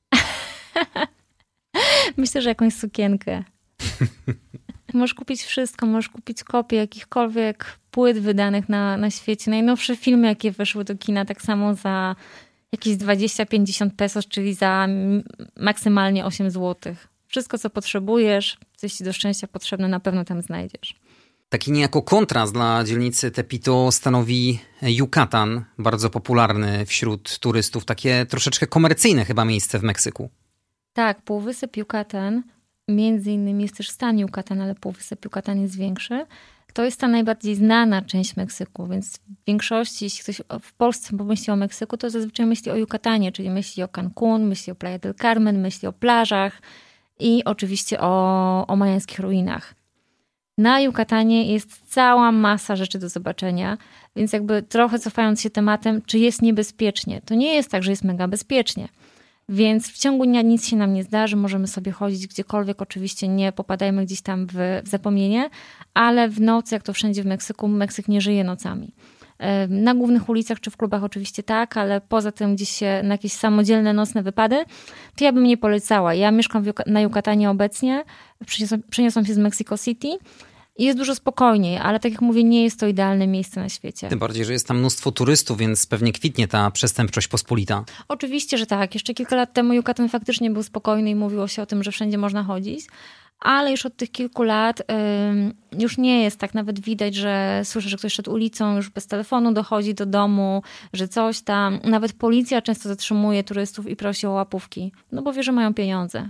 Myślę, że jakąś sukienkę. Możesz kupić wszystko, możesz kupić kopie jakichkolwiek płyt wydanych na świecie. Najnowsze filmy, jakie weszły do kina, tak samo za jakieś 20-50 pesos, czyli za maksymalnie 8 zł. Wszystko, co potrzebujesz, co jest ci do szczęścia potrzebne, na pewno tam znajdziesz. Taki niejako kontrast dla dzielnicy Tepito stanowi Yucatan, bardzo popularny wśród turystów, takie troszeczkę komercyjne chyba miejsce w Meksyku. Tak, półwysep Yucatan, między innymi jest też stan Yucatan, ale półwysep Yucatan jest większy. To jest ta najbardziej znana część Meksyku, więc w większości, jeśli ktoś w Polsce pomyśli o Meksyku, to zazwyczaj myśli o Yucatanie, czyli myśli o Cancún, myśli o Playa del Carmen, myśli o plażach i oczywiście o majańskich ruinach. Na Yucatanie jest cała masa rzeczy do zobaczenia, więc jakby trochę cofając się tematem, czy jest niebezpiecznie. To nie jest tak, że jest mega bezpiecznie. Więc w ciągu dnia nic się nam nie zdarzy, możemy sobie chodzić gdziekolwiek, oczywiście nie popadajmy gdzieś tam w zapomnienie, ale w nocy, jak to wszędzie w Meksyku, Meksyk nie żyje nocami. Na głównych ulicach czy w klubach oczywiście tak, ale poza tym gdzieś się na jakieś samodzielne nocne wypady, to ja bym nie polecała. Ja mieszkam na Yucatanie obecnie, przeniosłam się z Mexico City i jest dużo spokojniej, ale tak jak mówię, nie jest to idealne miejsce na świecie. Tym bardziej, że jest tam mnóstwo turystów, więc pewnie kwitnie ta przestępczość pospolita. Oczywiście, że tak. Jeszcze kilka lat temu Yucatan faktycznie był spokojny i mówiło się o tym, że wszędzie można chodzić. Ale już od tych kilku lat już nie jest tak. Nawet widać, że słyszę, że ktoś szedł ulicą, już bez telefonu dochodzi do domu, że coś tam. Nawet policja często zatrzymuje turystów i prosi o łapówki, no bo wie, że mają pieniądze.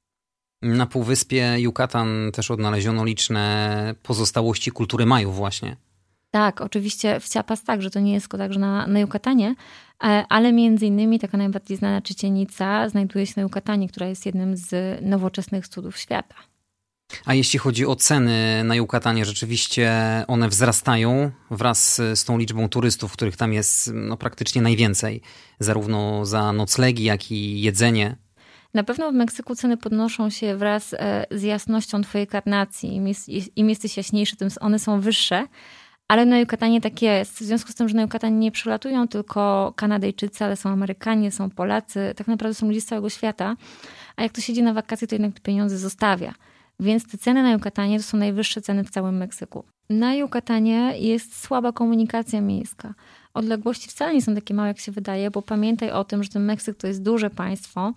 Na półwyspie Yucatan też odnaleziono liczne pozostałości kultury Majów właśnie. Tak, oczywiście w Chiapas tak, że to nie jest tylko tak, że na Yucatanie, ale między innymi taka najbardziej znana Chichén-Itza znajduje się na Yucatanie, która jest jednym z nowoczesnych cudów świata. A jeśli chodzi o ceny na Yucatanie, rzeczywiście one wzrastają wraz z tą liczbą turystów, których tam jest praktycznie najwięcej. Zarówno za noclegi, jak i jedzenie. Na pewno w Meksyku ceny podnoszą się wraz z jasnością twojej karnacji. Im jesteś jaśniejszy, tym one są wyższe. Ale na Yucatanie tak jest. W związku z tym, że na Yucatanie nie przylatują tylko Kanadyjczycy, ale są Amerykanie, są Polacy. Tak naprawdę są ludzie z całego świata. A jak to siedzi na wakacje, to jednak pieniądze zostawia. Więc te ceny na Yucatanie to są najwyższe ceny w całym Meksyku. Na Yucatanie jest słaba komunikacja miejska. Odległości wcale nie są takie małe, jak się wydaje, bo pamiętaj o tym, że ten Meksyk to jest duże państwo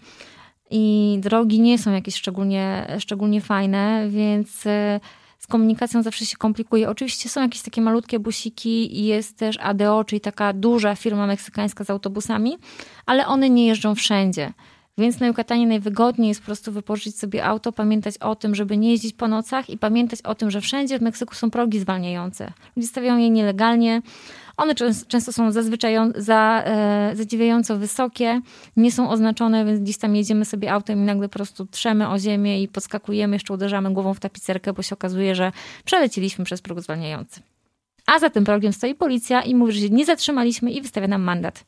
i drogi nie są jakieś szczególnie fajne, więc z komunikacją zawsze się komplikuje. Oczywiście są jakieś takie malutkie busiki i jest też ADO, czyli taka duża firma meksykańska z autobusami, ale one nie jeżdżą wszędzie. Więc na Yucatanie najwygodniej jest po prostu wypożyczyć sobie auto, pamiętać o tym, żeby nie jeździć po nocach i pamiętać o tym, że wszędzie w Meksyku są progi zwalniające. Ludzie stawiają je nielegalnie. One często są zadziwiająco wysokie, nie są oznaczone, więc gdzieś tam jedziemy sobie autem i nagle po prostu trzemy o ziemię i podskakujemy, jeszcze uderzamy głową w tapicerkę, bo się okazuje, że przelecieliśmy przez próg zwalniający. A za tym progiem stoi policja i mówi, że się nie zatrzymaliśmy i wystawia nam mandat.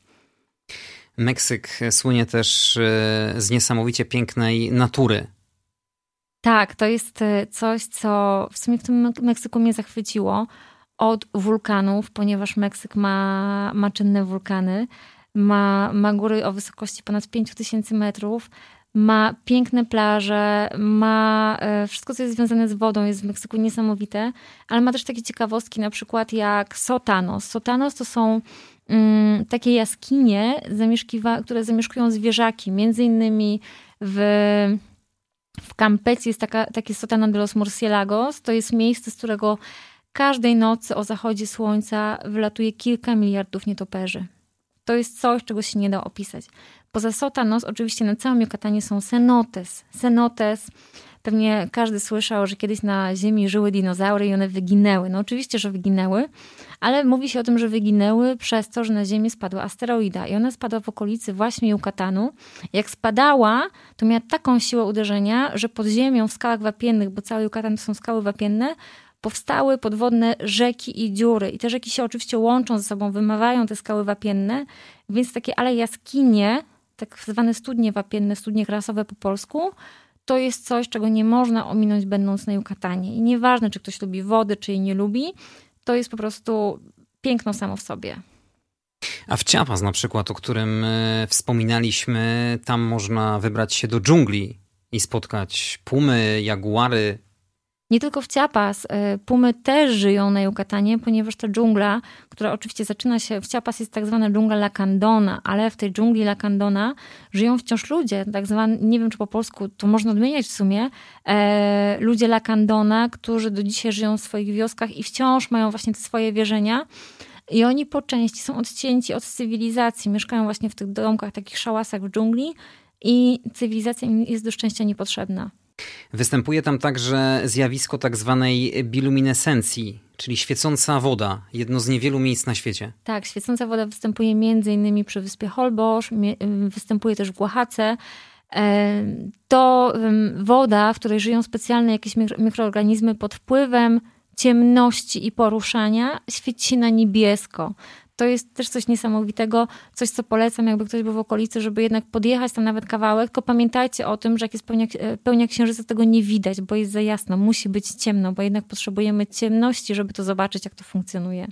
Meksyk słynie też z niesamowicie pięknej natury. Tak, to jest coś, co w sumie w tym Meksyku mnie zachwyciło. Od wulkanów, ponieważ Meksyk ma czynne wulkany, ma góry o wysokości ponad 5000 metrów, ma piękne plaże, ma wszystko, co jest związane z wodą, jest w Meksyku niesamowite, ale ma też takie ciekawostki, na przykład jak Sotanos. Sotanos to są takie jaskinie, które zamieszkują zwierzaki. Między innymi w Campeche jest taki Sótano de los Murciélagos. To jest miejsce, z którego każdej nocy o zachodzie słońca wylatuje kilka miliardów nietoperzy. To jest coś, czego się nie da opisać. Poza Sotanos oczywiście na całym Yucatanie są cenotes. Cenotes, pewnie każdy słyszał, że kiedyś na Ziemi żyły dinozaury i one wyginęły. No oczywiście, że wyginęły, ale mówi się o tym, że wyginęły przez to, że na Ziemię spadła asteroida i ona spadła w okolicy właśnie Yucatanu. Jak spadała, to miała taką siłę uderzenia, że pod ziemią w skałach wapiennych, bo cały Yucatan to są skały wapienne, powstały podwodne rzeki i dziury. I te rzeki się oczywiście łączą ze sobą, wymywają te skały wapienne, więc takie jaskinie, tak zwane studnie wapienne, studnie krasowe po polsku, to jest coś, czego nie można ominąć będąc na Yucatanie. I nieważne, czy ktoś lubi wodę, czy jej nie lubi, to jest po prostu piękno samo w sobie. A w Chiapas na przykład, o którym wspominaliśmy, tam można wybrać się do dżungli i spotkać pumy, jaguary. Nie tylko w Chiapas. Pumy też żyją na Yucatanie, ponieważ ta dżungla, która oczywiście zaczyna się... W Chiapas jest tak zwana dżungla Lacandona, ale w tej dżungli Lacandona żyją wciąż ludzie, tak zwani, nie wiem czy po polsku to można odmieniać w sumie, ludzie Lacandona, którzy do dzisiaj żyją w swoich wioskach i wciąż mają właśnie te swoje wierzenia. I oni po części są odcięci od cywilizacji. Mieszkają właśnie w tych domkach, takich szałasach w dżungli i cywilizacja im jest do szczęścia niepotrzebna. Występuje tam także zjawisko tak zwanej biluminescencji, czyli świecąca woda, jedno z niewielu miejsc na świecie. Tak, świecąca woda występuje między innymi przy wyspie Holbox, występuje też w Oaxace. To woda, w której żyją specjalne jakieś mikroorganizmy pod wpływem ciemności i poruszania, świeci się na niebiesko. To jest też coś niesamowitego, coś co polecam, jakby ktoś był w okolicy, żeby jednak podjechać tam nawet kawałek, tylko pamiętajcie o tym, że jak jest pełnia księżyca, tego nie widać, bo jest za jasno, musi być ciemno, bo jednak potrzebujemy ciemności, żeby to zobaczyć, jak to funkcjonuje.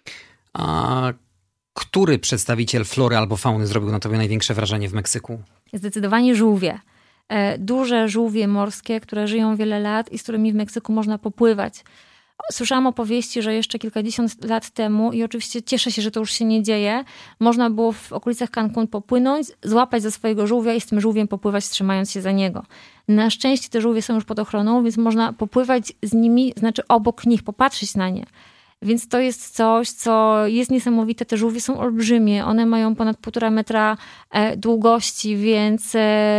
A który przedstawiciel flory albo fauny zrobił na tobie największe wrażenie w Meksyku? Zdecydowanie żółwie. Duże żółwie morskie, które żyją wiele lat i z którymi w Meksyku można popływać. Słyszałam opowieści, że jeszcze kilkadziesiąt lat temu, i oczywiście cieszę się, że to już się nie dzieje, można było w okolicach Cancun popłynąć, złapać za swojego żółwia i z tym żółwiem popływać, trzymając się za niego. Na szczęście te żółwie są już pod ochroną, więc można popływać z nimi, znaczy obok nich, popatrzeć na nie. Więc to jest coś, co jest niesamowite. Te żółwie są olbrzymie. One mają ponad 1,5 metra długości, więc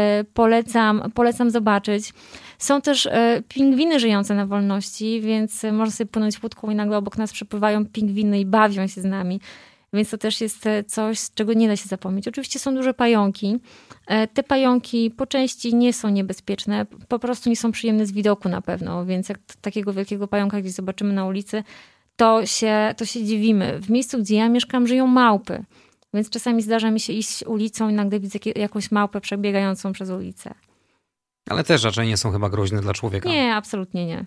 polecam zobaczyć. Są też pingwiny żyjące na wolności, więc można sobie płynąć łódką i nagle obok nas przepływają pingwiny i bawią się z nami. Więc to też jest coś, z czego nie da się zapomnieć. Oczywiście są duże pająki. Te pająki po części nie są niebezpieczne, po prostu nie są przyjemne z widoku na pewno, więc jak takiego wielkiego pająka gdzieś zobaczymy na ulicy, to się dziwimy. W miejscu, gdzie ja mieszkam, żyją małpy, więc czasami zdarza mi się iść ulicą i nagle widzę jakąś małpę przebiegającą przez ulicę. Ale też raczej nie są chyba groźne dla człowieka. Nie, absolutnie nie.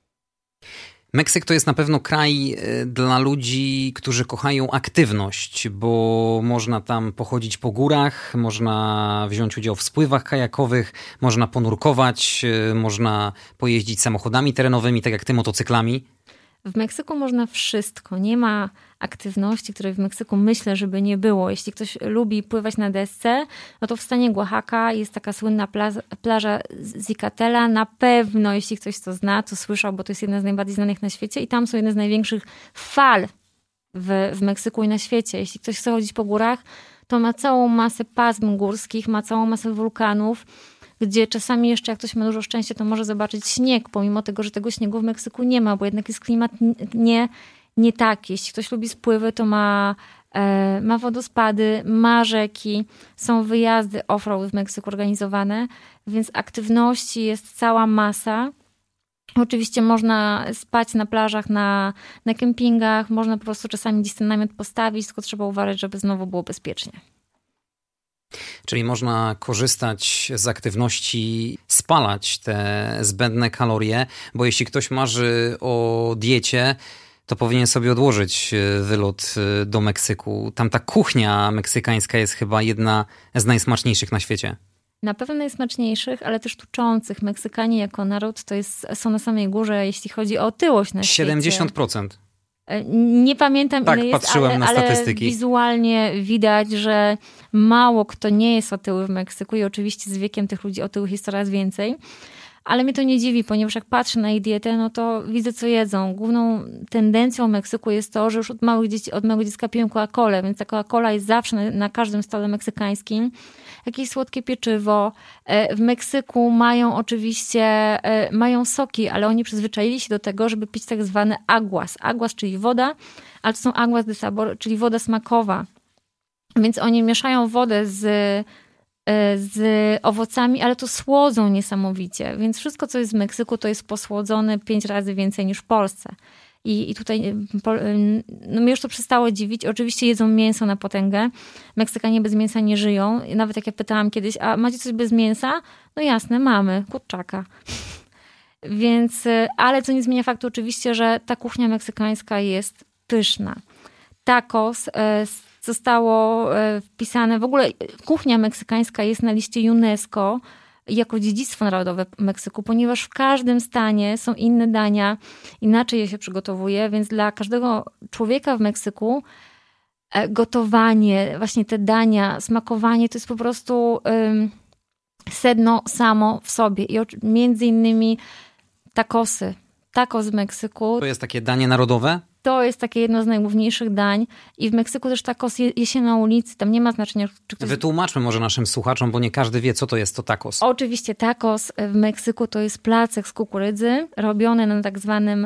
Meksyk to jest na pewno kraj dla ludzi, którzy kochają aktywność, bo można tam pochodzić po górach, można wziąć udział w spływach kajakowych, można ponurkować, można pojeździć samochodami terenowymi, tak jak ty, motocyklami. W Meksyku można wszystko. Nie ma aktywności, której w Meksyku myślę, żeby nie było. Jeśli ktoś lubi pływać na desce, no to w stanie Oaxaca jest taka słynna plaża Zicatela. Na pewno, jeśli ktoś to zna, to słyszał, bo to jest jedna z najbardziej znanych na świecie i tam są jedne z największych fal w Meksyku i na świecie. Jeśli ktoś chce chodzić po górach, to ma całą masę pasm górskich, ma całą masę wulkanów, gdzie czasami jeszcze jak ktoś ma dużo szczęścia, to może zobaczyć śnieg, pomimo tego, że tego śniegu w Meksyku nie ma, bo jednak jest klimat nie taki. Jeśli ktoś lubi spływy, to ma wodospady, ma rzeki, są wyjazdy off-road w Meksyku organizowane, więc aktywności jest cała masa. Oczywiście można spać na plażach, na kempingach, można po prostu czasami gdzieś ten namiot postawić, tylko trzeba uważać, żeby znowu było bezpiecznie. Czyli można korzystać z aktywności, spalać te zbędne kalorie, bo jeśli ktoś marzy o diecie, to powinien sobie odłożyć wylot do Meksyku. Tam ta kuchnia meksykańska jest chyba jedna z najsmaczniejszych na świecie. Na pewno najsmaczniejszych, ale też tuczących. Meksykanie jako naród są na samej górze, jeśli chodzi o otyłość na świecie. 70%. Nie pamiętam, tak, ile jest, patrzyłem na statystyki. Ale wizualnie widać, że mało kto nie jest otyły w Meksyku i oczywiście z wiekiem tych ludzi otyłych jest coraz więcej. Ale mnie to nie dziwi, ponieważ jak patrzę na ich dietę, no to widzę, co jedzą. Główną tendencją Meksyku jest to, że już od małego dziecka piją Coca-Colę, więc ta Coca-Cola jest zawsze na każdym stole meksykańskim. Jakieś słodkie pieczywo. W Meksyku mają oczywiście soki, ale oni przyzwyczaili się do tego, żeby pić tak zwane aguas. Aguas, czyli woda, ale to są aguas de sabor, czyli woda smakowa. Więc oni mieszają wodę z owocami, ale to słodzą niesamowicie. Więc wszystko, co jest w Meksyku, to jest posłodzone 5 razy więcej niż w Polsce. I tutaj mnie już to przestało dziwić. Oczywiście jedzą mięso na potęgę. Meksykanie bez mięsa nie żyją. Nawet jak ja pytałam kiedyś, a macie coś bez mięsa? No jasne, mamy. Kurczaka. Więc, ale co nie zmienia faktu oczywiście, że ta kuchnia meksykańska jest pyszna. Tacos zostało wpisane, w ogóle kuchnia meksykańska jest na liście UNESCO jako dziedzictwo narodowe Meksyku, ponieważ w każdym stanie są inne dania, inaczej je się przygotowuje, więc dla każdego człowieka w Meksyku gotowanie, właśnie te dania, smakowanie to jest po prostu sedno samo w sobie. I między innymi tacosy. Tacos w Meksyku. To jest takie danie narodowe? To jest takie jedno z najgłówniejszych dań. I w Meksyku też tacos je się na ulicy. Tam nie ma znaczenia, czy ktoś... Wytłumaczmy może naszym słuchaczom, bo nie każdy wie, co to jest to tacos. Oczywiście tacos w Meksyku to jest placek z kukurydzy, robiony na tak zwanym...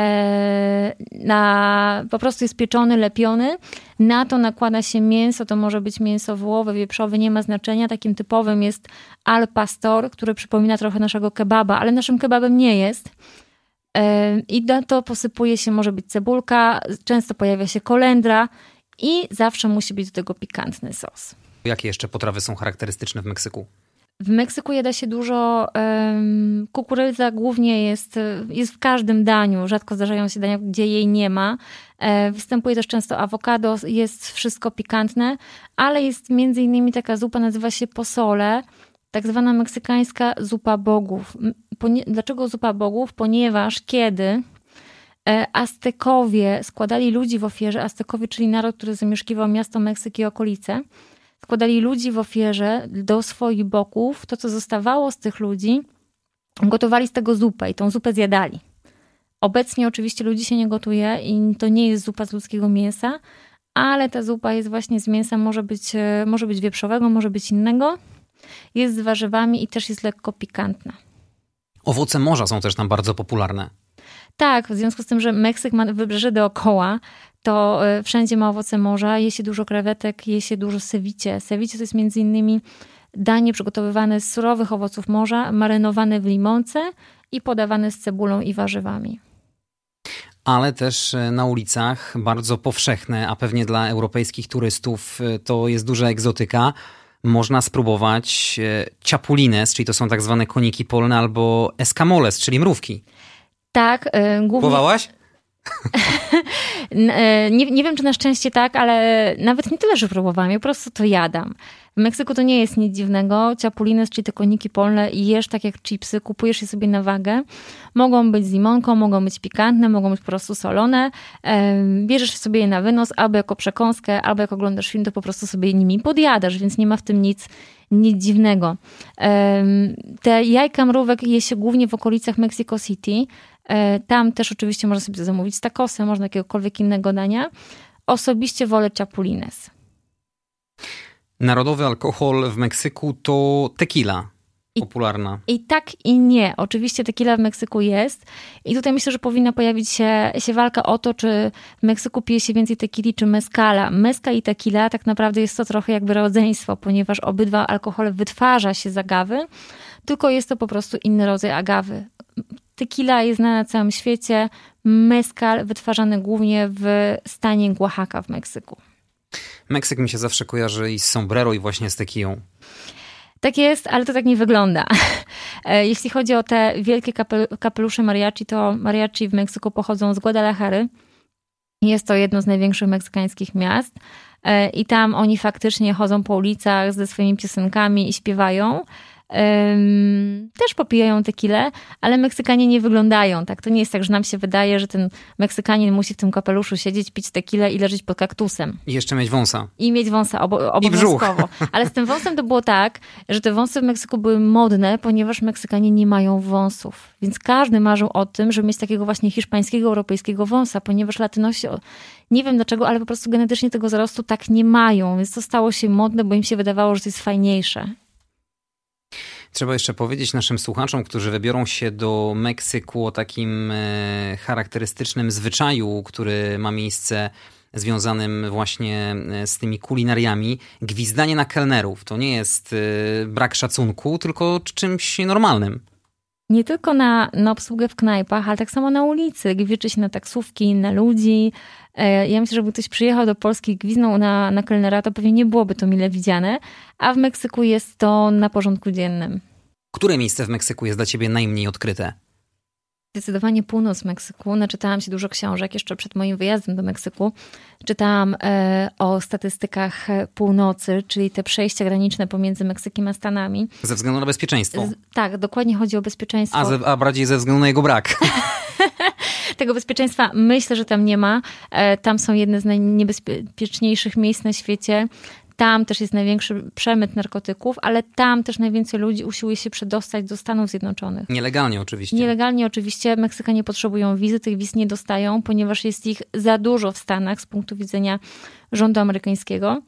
po prostu jest pieczony, lepiony. Na to nakłada się mięso. To może być mięso wołowe, wieprzowe, nie ma znaczenia. Takim typowym jest al pastor, który przypomina trochę naszego kebaba, ale naszym kebabem nie jest. I na to posypuje się, może być cebulka, często pojawia się kolendra i zawsze musi być do tego pikantny sos. Jakie jeszcze potrawy są charakterystyczne w Meksyku? W Meksyku jada się dużo, kukurydza głównie jest w każdym daniu, rzadko zdarzają się dania, gdzie jej nie ma. Występuje też często awokado, jest wszystko pikantne, ale jest między innymi taka zupa, nazywa się pozole, tak zwana meksykańska zupa bogów. Dlaczego zupa bogów? Ponieważ kiedy Aztekowie składali ludzi w ofierze, Aztekowie, czyli naród, który zamieszkiwał miasto Meksyk i okolice, składali ludzi w ofierze do swoich bogów, to co zostawało z tych ludzi, gotowali z tego zupę i tą zupę zjadali. Obecnie oczywiście ludzi się nie gotuje i to nie jest zupa z ludzkiego mięsa, ale ta zupa jest właśnie z mięsa, może być wieprzowego, może być innego. Jest z warzywami i też jest lekko pikantna. Owoce morza są też tam bardzo popularne. Tak, w związku z tym, że Meksyk ma wybrzeże dookoła, to wszędzie ma owoce morza, je się dużo krewetek, je się dużo ceviche. Ceviche to jest między innymi danie przygotowywane z surowych owoców morza, marynowane w limonce i podawane z cebulą i warzywami. Ale też na ulicach bardzo powszechne, a pewnie dla europejskich turystów to jest duża egzotyka. Można spróbować chapulines, czyli to są tak zwane koniki polne, albo escamoles, czyli mrówki. Tak, głównie... Próbowałaś? nie wiem, czy na szczęście tak, ale nawet nie tyle, że próbowałam, ja po prostu to jadam. W Meksyku to nie jest nic dziwnego. Chapulines, czyli te koniki polne, jesz tak jak chipsy, kupujesz je sobie na wagę. Mogą być z limonką, mogą być pikantne, mogą być po prostu solone. Bierzesz sobie je na wynos, albo jako przekąskę, albo jak oglądasz film, to po prostu sobie nimi podjadasz, więc nie ma w tym nic dziwnego. Te jajka mrówek je się głównie w okolicach Mexico City. Tam też oczywiście można sobie zamówić z tacosem, można jakiegokolwiek innego dania. Osobiście wolę chapulines. Narodowy alkohol w Meksyku to tequila. Popularna. I tak i nie. Oczywiście tequila w Meksyku jest. I tutaj myślę, że powinna pojawić się walka o to, czy w Meksyku pije się więcej tequili czy mezcala. Mezcal i tequila tak naprawdę jest to trochę jakby rodzeństwo, ponieważ obydwa alkohole wytwarza się z agawy, tylko jest to po prostu inny rodzaj agawy. Tequila jest znana na całym świecie. Mezcal wytwarzany głównie w stanie Oaxaca w Meksyku. Meksyk mi się zawsze kojarzy i z sombrero i właśnie z tequilą. Tak jest, ale to tak nie wygląda. Jeśli chodzi o te wielkie kapelusze mariachi, to mariachi w Meksyku pochodzą z Guadalajary. Jest to jedno z największych meksykańskich miast i tam oni faktycznie chodzą po ulicach ze swoimi piosenkami i śpiewają. Też popijają tequilę, ale Meksykanie nie wyglądają tak. To nie jest tak, że nam się wydaje, że ten Meksykanin musi w tym kapeluszu siedzieć, pić tequilę i leżeć pod kaktusem. I jeszcze mieć wąsa. I mieć wąsa obowiązkowo. Ale z tym wąsem to było tak, że te wąsy w Meksyku były modne, ponieważ Meksykanie nie mają wąsów. Więc każdy marzył o tym, żeby mieć takiego właśnie hiszpańskiego, europejskiego wąsa, ponieważ Latynosi, nie wiem dlaczego, ale po prostu genetycznie tego zarostu tak nie mają. Więc to stało się modne, bo im się wydawało, że to jest fajniejsze. Trzeba jeszcze powiedzieć naszym słuchaczom, którzy wybiorą się do Meksyku, o takim charakterystycznym zwyczaju, który ma miejsce związanym właśnie z tymi kulinariami. Gwizdanie na kelnerów to nie jest brak szacunku, tylko czymś normalnym. Nie tylko na obsługę w knajpach, ale tak samo na ulicy. Gwieczy się na taksówki, na ludzi. Ja myślę, że gdyby ktoś przyjechał do Polski i gwiznął na kelnera, to pewnie nie byłoby to mile widziane. A w Meksyku jest to na porządku dziennym. Które miejsce w Meksyku jest dla ciebie najmniej odkryte? Zdecydowanie północ Meksyku. Naczytałam się dużo książek jeszcze przed moim wyjazdem do Meksyku. Czytałam o statystykach północy, czyli te przejścia graniczne pomiędzy Meksykiem a Stanami. Ze względu na bezpieczeństwo. Tak, dokładnie chodzi o bezpieczeństwo. A bardziej ze względu na jego brak. Tego bezpieczeństwa myślę, że tam nie ma. Tam są jedne z najniebezpieczniejszych miejsc na świecie. Tam też jest największy przemyt narkotyków, ale tam też najwięcej ludzi usiłuje się przedostać do Stanów Zjednoczonych. Nielegalnie oczywiście. Nielegalnie oczywiście. Meksykanie potrzebują wizy, tych wiz nie dostają, ponieważ jest ich za dużo w Stanach z punktu widzenia rządu amerykańskiego.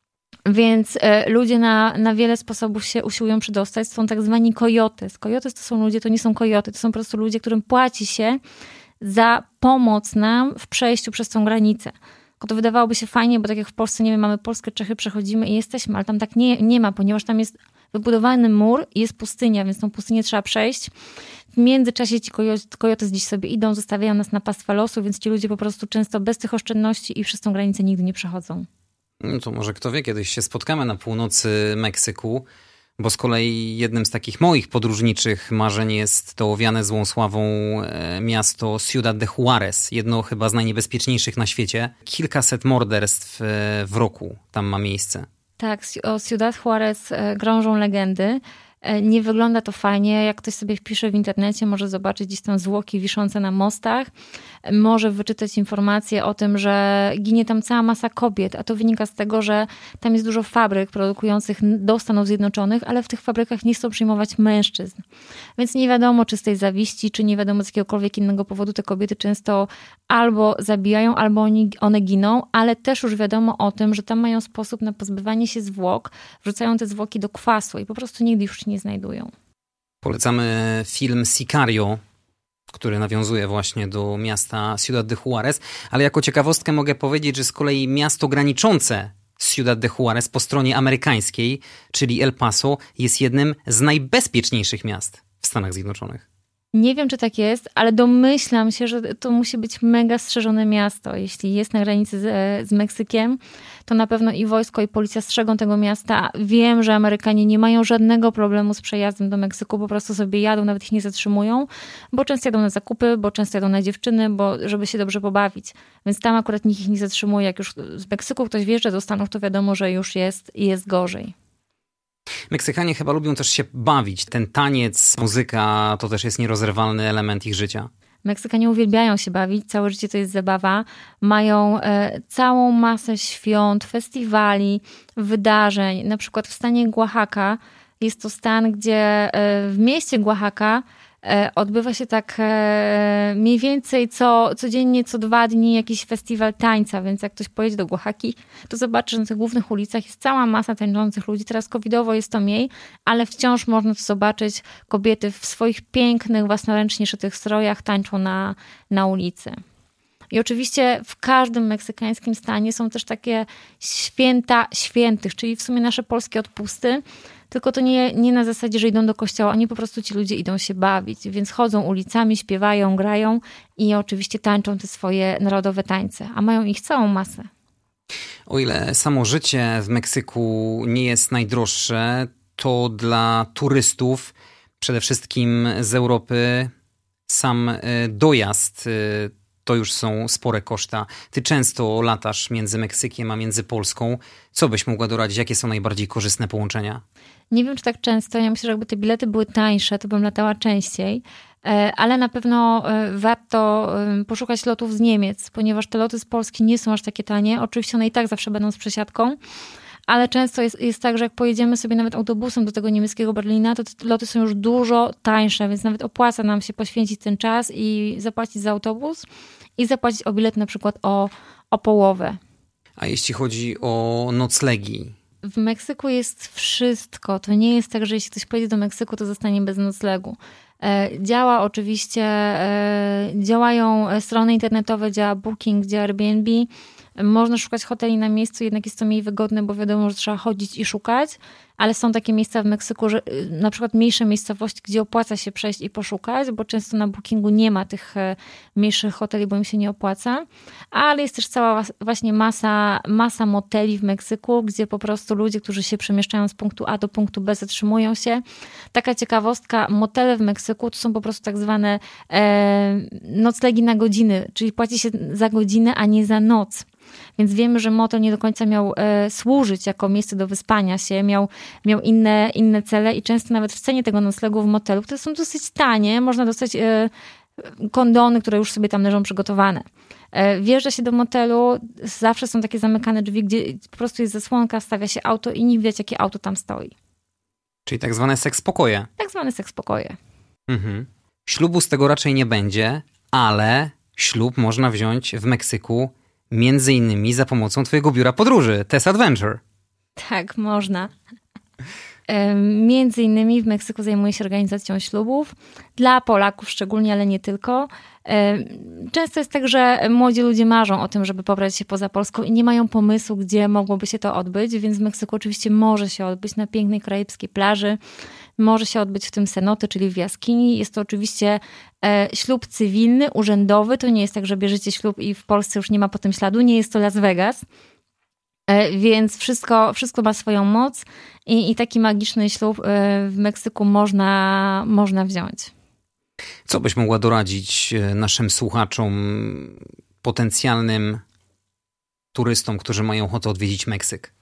Więc ludzie na wiele sposobów się usiłują przedostać. Są tak zwani coyotes. Coyotes to są ludzie, to nie są kojoty, to są po prostu ludzie, którym płaci się za pomoc nam w przejściu przez tą granicę. To wydawałoby się fajnie, bo tak jak w Polsce, nie wiem, mamy Polskę, Czechy, przechodzimy i jesteśmy, ale tam tak nie ma, ponieważ tam jest wybudowany mur i jest pustynia, więc tą pustynię trzeba przejść. W międzyczasie ci kojoty gdzieś sobie idą, zostawiają nas na pastwę losu, więc ci ludzie po prostu często bez tych oszczędności i przez tą granicę nigdy nie przechodzą. No to może kto wie, kiedyś się spotkamy na północy Meksyku, bo z kolei jednym z takich moich podróżniczych marzeń jest to owiane złą sławą miasto Ciudad de Juarez. Jedno chyba z najniebezpieczniejszych na świecie. Kilkaset morderstw w roku tam ma miejsce. Tak, o Ciudad Juarez krążą legendy. Nie wygląda to fajnie. Jak ktoś sobie wpisze w internecie, może zobaczyć gdzieś tam zwłoki wiszące na mostach. Może wyczytać informacje o tym, że ginie tam cała masa kobiet, a to wynika z tego, że tam jest dużo fabryk produkujących do Stanów Zjednoczonych, ale w tych fabrykach nie chcą przyjmować mężczyzn. Więc nie wiadomo, czy z tej zawiści, czy nie wiadomo z jakiegokolwiek innego powodu te kobiety często albo zabijają, albo one giną, ale też już wiadomo o tym, że tam mają sposób na pozbywanie się zwłok, wrzucają te zwłoki do kwasu i po prostu nigdy już nie znajdują. Polecamy film Sicario, który nawiązuje właśnie do miasta Ciudad de Juarez, ale jako ciekawostkę mogę powiedzieć, że z kolei miasto graniczące z Ciudad de Juarez po stronie amerykańskiej, czyli El Paso, jest jednym z najbezpieczniejszych miast w Stanach Zjednoczonych. Nie wiem, czy tak jest, ale domyślam się, że to musi być mega strzeżone miasto. Jeśli jest na granicy z Meksykiem, to na pewno i wojsko, i policja strzegą tego miasta. Wiem, że Amerykanie nie mają żadnego problemu z przejazdem do Meksyku, po prostu sobie jadą, nawet ich nie zatrzymują, bo często jadą na zakupy, bo często jadą na dziewczyny, żeby się dobrze pobawić. Więc tam akurat nikt ich nie zatrzymuje. Jak już z Meksyku ktoś wjeżdża do Stanów, to wiadomo, że już jest gorzej. Meksykanie chyba lubią też się bawić. Ten taniec, muzyka to też jest nierozerwalny element ich życia. Meksykanie uwielbiają się bawić, całe życie to jest zabawa. Mają całą masę świąt, festiwali, wydarzeń. Na przykład w stanie Oaxaca jest to stan, gdzie w mieście Oaxaca odbywa się tak mniej więcej codziennie, co 2 dni jakiś festiwal tańca, więc jak ktoś pojedzie do Oaxaki, to zobaczy, że na tych głównych ulicach jest cała masa tańczących ludzi. Teraz covidowo jest to mniej, ale wciąż można to zobaczyć. Kobiety w swoich pięknych, własnoręcznie szytych strojach tańczą na ulicy. I oczywiście w każdym meksykańskim stanie są też takie święta świętych, czyli w sumie nasze polskie odpusty, tylko to nie na zasadzie, że idą do kościoła, oni po prostu ci ludzie idą się bawić, więc chodzą ulicami, śpiewają, grają i oczywiście tańczą te swoje narodowe tańce, a mają ich całą masę. O ile samo życie w Meksyku nie jest najdroższe, to dla turystów, przede wszystkim z Europy, sam dojazd to już są spore koszta. Ty często latasz między Meksykiem a między Polską. Co byś mogła doradzić? Jakie są najbardziej korzystne połączenia? Nie wiem, czy tak często. Ja myślę, że jakby te bilety były tańsze, to bym latała częściej. Ale na pewno warto poszukać lotów z Niemiec, ponieważ te loty z Polski nie są aż takie tanie. Oczywiście one i tak zawsze będą z przesiadką, ale często jest tak, że jak pojedziemy sobie nawet autobusem do tego niemieckiego Berlina, to te loty są już dużo tańsze, więc nawet opłaca nam się poświęcić ten czas i zapłacić za autobus i zapłacić o bilet na przykład o połowę. A jeśli chodzi o noclegi? W Meksyku jest wszystko. To nie jest tak, że jeśli ktoś pojedzie do Meksyku, to zostanie bez noclegu. Działa oczywiście, działają strony internetowe, działa Booking, działa Airbnb. Można szukać hoteli na miejscu, jednak jest to mniej wygodne, bo wiadomo, że trzeba chodzić i szukać. ale są takie miejsca w Meksyku, że na przykład mniejsze miejscowości, gdzie opłaca się przejść i poszukać, bo często na Bookingu nie ma tych mniejszych hoteli, bo im się nie opłaca, ale jest też cała właśnie masa moteli w Meksyku, gdzie po prostu ludzie, którzy się przemieszczają z punktu A do punktu B, zatrzymują się. Taka ciekawostka, motele w Meksyku to są po prostu tak zwane noclegi na godziny, czyli płaci się za godzinę, a nie za noc. Więc wiemy, że motel nie do końca miał służyć jako miejsce do wyspania się, miał inne cele i często nawet w cenie tego noclegu w motelu, które są dosyć tanie, można dostać kondony, które już sobie tam leżą przygotowane. Wjeżdża się do motelu, zawsze są takie zamykane drzwi, gdzie po prostu jest zasłonka, stawia się auto i nie widać, jakie auto tam stoi. Czyli tak zwane seks-pokoje. Tak zwane seks-pokoje. Mhm. Ślubu z tego raczej nie będzie, ale ślub można wziąć w Meksyku między innymi za pomocą twojego biura podróży, Tess Adventure. Tak, można. Między innymi w Meksyku zajmuję się organizacją ślubów. Dla Polaków szczególnie, ale nie tylko. Często jest tak, że młodzi ludzie marzą o tym, żeby pobrać się poza Polską i nie mają pomysłu, gdzie mogłoby się to odbyć, więc w Meksyku oczywiście może się odbyć na pięknej karaibskiej plaży. Może się odbyć w tym cenoty, czyli w jaskini. Jest to oczywiście ślub cywilny, urzędowy. To nie jest tak, że bierzecie ślub i w Polsce już nie ma po tym śladu. Nie jest to Las Vegas. Więc wszystko ma swoją moc i taki magiczny ślub w Meksyku można wziąć. Co byś mogła doradzić naszym słuchaczom, potencjalnym turystom, którzy mają ochotę odwiedzić Meksyk?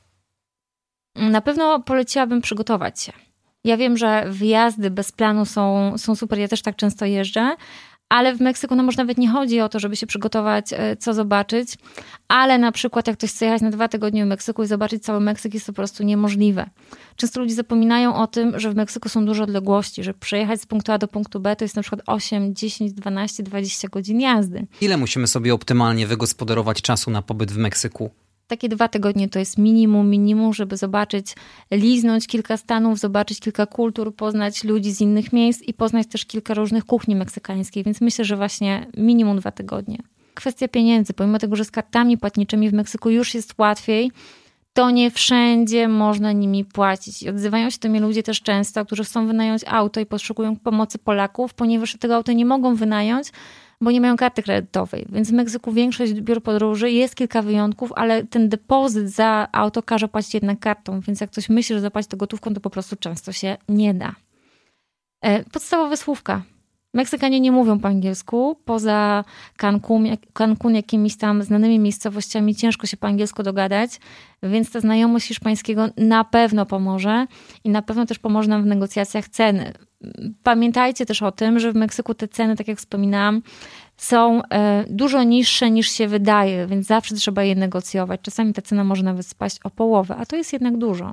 Na pewno poleciłabym przygotować się. Ja wiem, że wyjazdy bez planu są super, ja też tak często jeżdżę, ale w Meksyku może nawet nie chodzi o to, żeby się przygotować, co zobaczyć, ale na przykład jak ktoś chce jechać na 2 tygodnie w Meksyku i zobaczyć cały Meksyk, jest to po prostu niemożliwe. Często ludzie zapominają o tym, że w Meksyku są duże odległości, że przejechać z punktu A do punktu B to jest na przykład 8, 10, 12, 20 godzin jazdy. Ile musimy sobie optymalnie wygospodarować czasu na pobyt w Meksyku? Takie 2 tygodnie to jest minimum, żeby zobaczyć, liznąć kilka stanów, zobaczyć kilka kultur, poznać ludzi z innych miejsc i poznać też kilka różnych kuchni meksykańskich, więc myślę, że właśnie minimum 2 tygodnie. Kwestia pieniędzy, pomimo tego, że z kartami płatniczymi w Meksyku już jest łatwiej, to nie wszędzie można nimi płacić. I odzywają się do mnie ludzie też często, którzy chcą wynająć auto i poszukują pomocy Polaków, ponieważ tego auta nie mogą wynająć, bo nie mają karty kredytowej. Więc w Meksyku większość biur podróży, jest kilka wyjątków, ale ten depozyt za auto każe płacić jednak kartą, więc jak ktoś myśli, że zapłaci to gotówką, to po prostu często się nie da. Podstawowe słówka. Meksykanie nie mówią po angielsku, poza Cancun, jakimiś tam znanymi miejscowościami ciężko się po angielsku dogadać, więc ta znajomość hiszpańskiego na pewno pomoże i na pewno też pomoże nam w negocjacjach ceny. Pamiętajcie też o tym, że w Meksyku te ceny, tak jak wspominałam, są dużo niższe niż się wydaje, więc zawsze trzeba je negocjować. Czasami ta cena może nawet spaść o połowę, a to jest jednak dużo.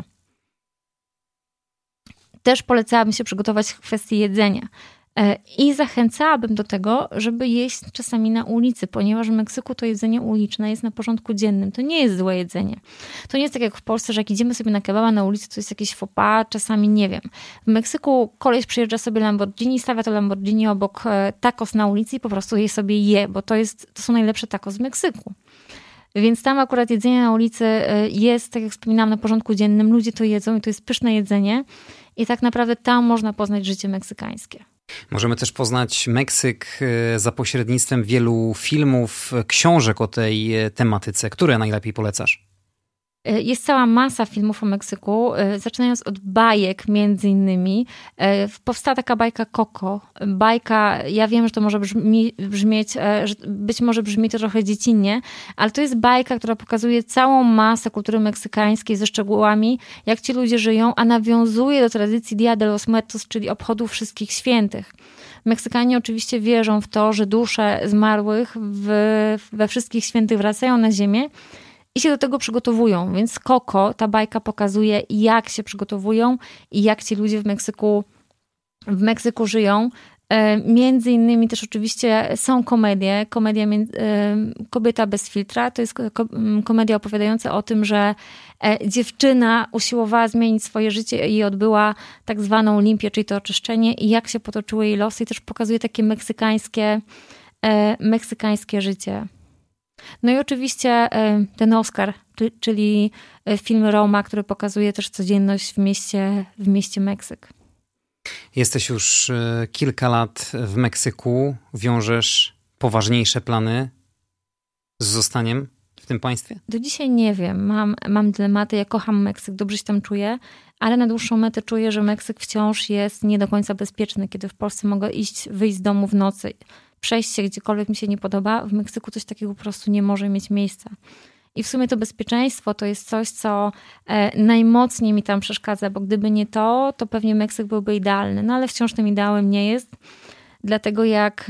Też polecałabym się przygotować w kwestii jedzenia. I zachęcałabym do tego, żeby jeść czasami na ulicy, ponieważ w Meksyku to jedzenie uliczne jest na porządku dziennym. To nie jest złe jedzenie. To nie jest tak jak w Polsce, że jak idziemy sobie na kebaba na ulicy, to jest jakieś faux pas, czasami nie wiem. W Meksyku koleś przyjeżdża sobie Lamborghini, stawia to Lamborghini obok tacos na ulicy i po prostu je sobie je, bo to są najlepsze tacos z Meksyku. Więc tam akurat jedzenie na ulicy jest, tak jak wspominałam, na porządku dziennym. Ludzie to jedzą i to jest pyszne jedzenie. I tak naprawdę tam można poznać życie meksykańskie. Możemy też poznać Meksyk za pośrednictwem wielu filmów, książek o tej tematyce. Które najlepiej polecasz? Jest cała masa filmów o Meksyku, zaczynając od bajek między innymi. Powstała taka bajka Coco. Bajka, ja wiem, że to może brzmieć, że być może brzmi to trochę dziecinnie, ale to jest bajka, która pokazuje całą masę kultury meksykańskiej ze szczegółami, jak ci ludzie żyją, a nawiązuje do tradycji Dia de los Muertos, czyli obchodów wszystkich świętych. Meksykanie oczywiście wierzą w to, że dusze zmarłych we wszystkich świętych wracają na ziemię, i się do tego przygotowują. Więc Coco, ta bajka pokazuje, jak się przygotowują i jak ci ludzie w Meksyku żyją. Między innymi też oczywiście są komedie. Kobieta bez filtra. To jest komedia opowiadająca o tym, że dziewczyna usiłowała zmienić swoje życie i odbyła tak zwaną limpię, czyli to oczyszczenie i jak się potoczyły jej losy. I też pokazuje takie meksykańskie życie. No i oczywiście ten Oscar, czyli film Roma, który pokazuje też codzienność w mieście Meksyk. Jesteś już kilka lat w Meksyku. Wiążesz poważniejsze plany z zostaniem w tym państwie? Do dzisiaj nie wiem. Mam dylematy. Ja kocham Meksyk, dobrze się tam czuję, ale na dłuższą metę czuję, że Meksyk wciąż jest nie do końca bezpieczny. Kiedy w Polsce mogę wyjść z domu w nocy, przejść się gdziekolwiek mi się nie podoba, w Meksyku coś takiego po prostu nie może mieć miejsca. I w sumie to bezpieczeństwo to jest coś, co najmocniej mi tam przeszkadza, bo gdyby nie to, to pewnie Meksyk byłby idealny. No ale wciąż tym ideałem nie jest. Dlatego jak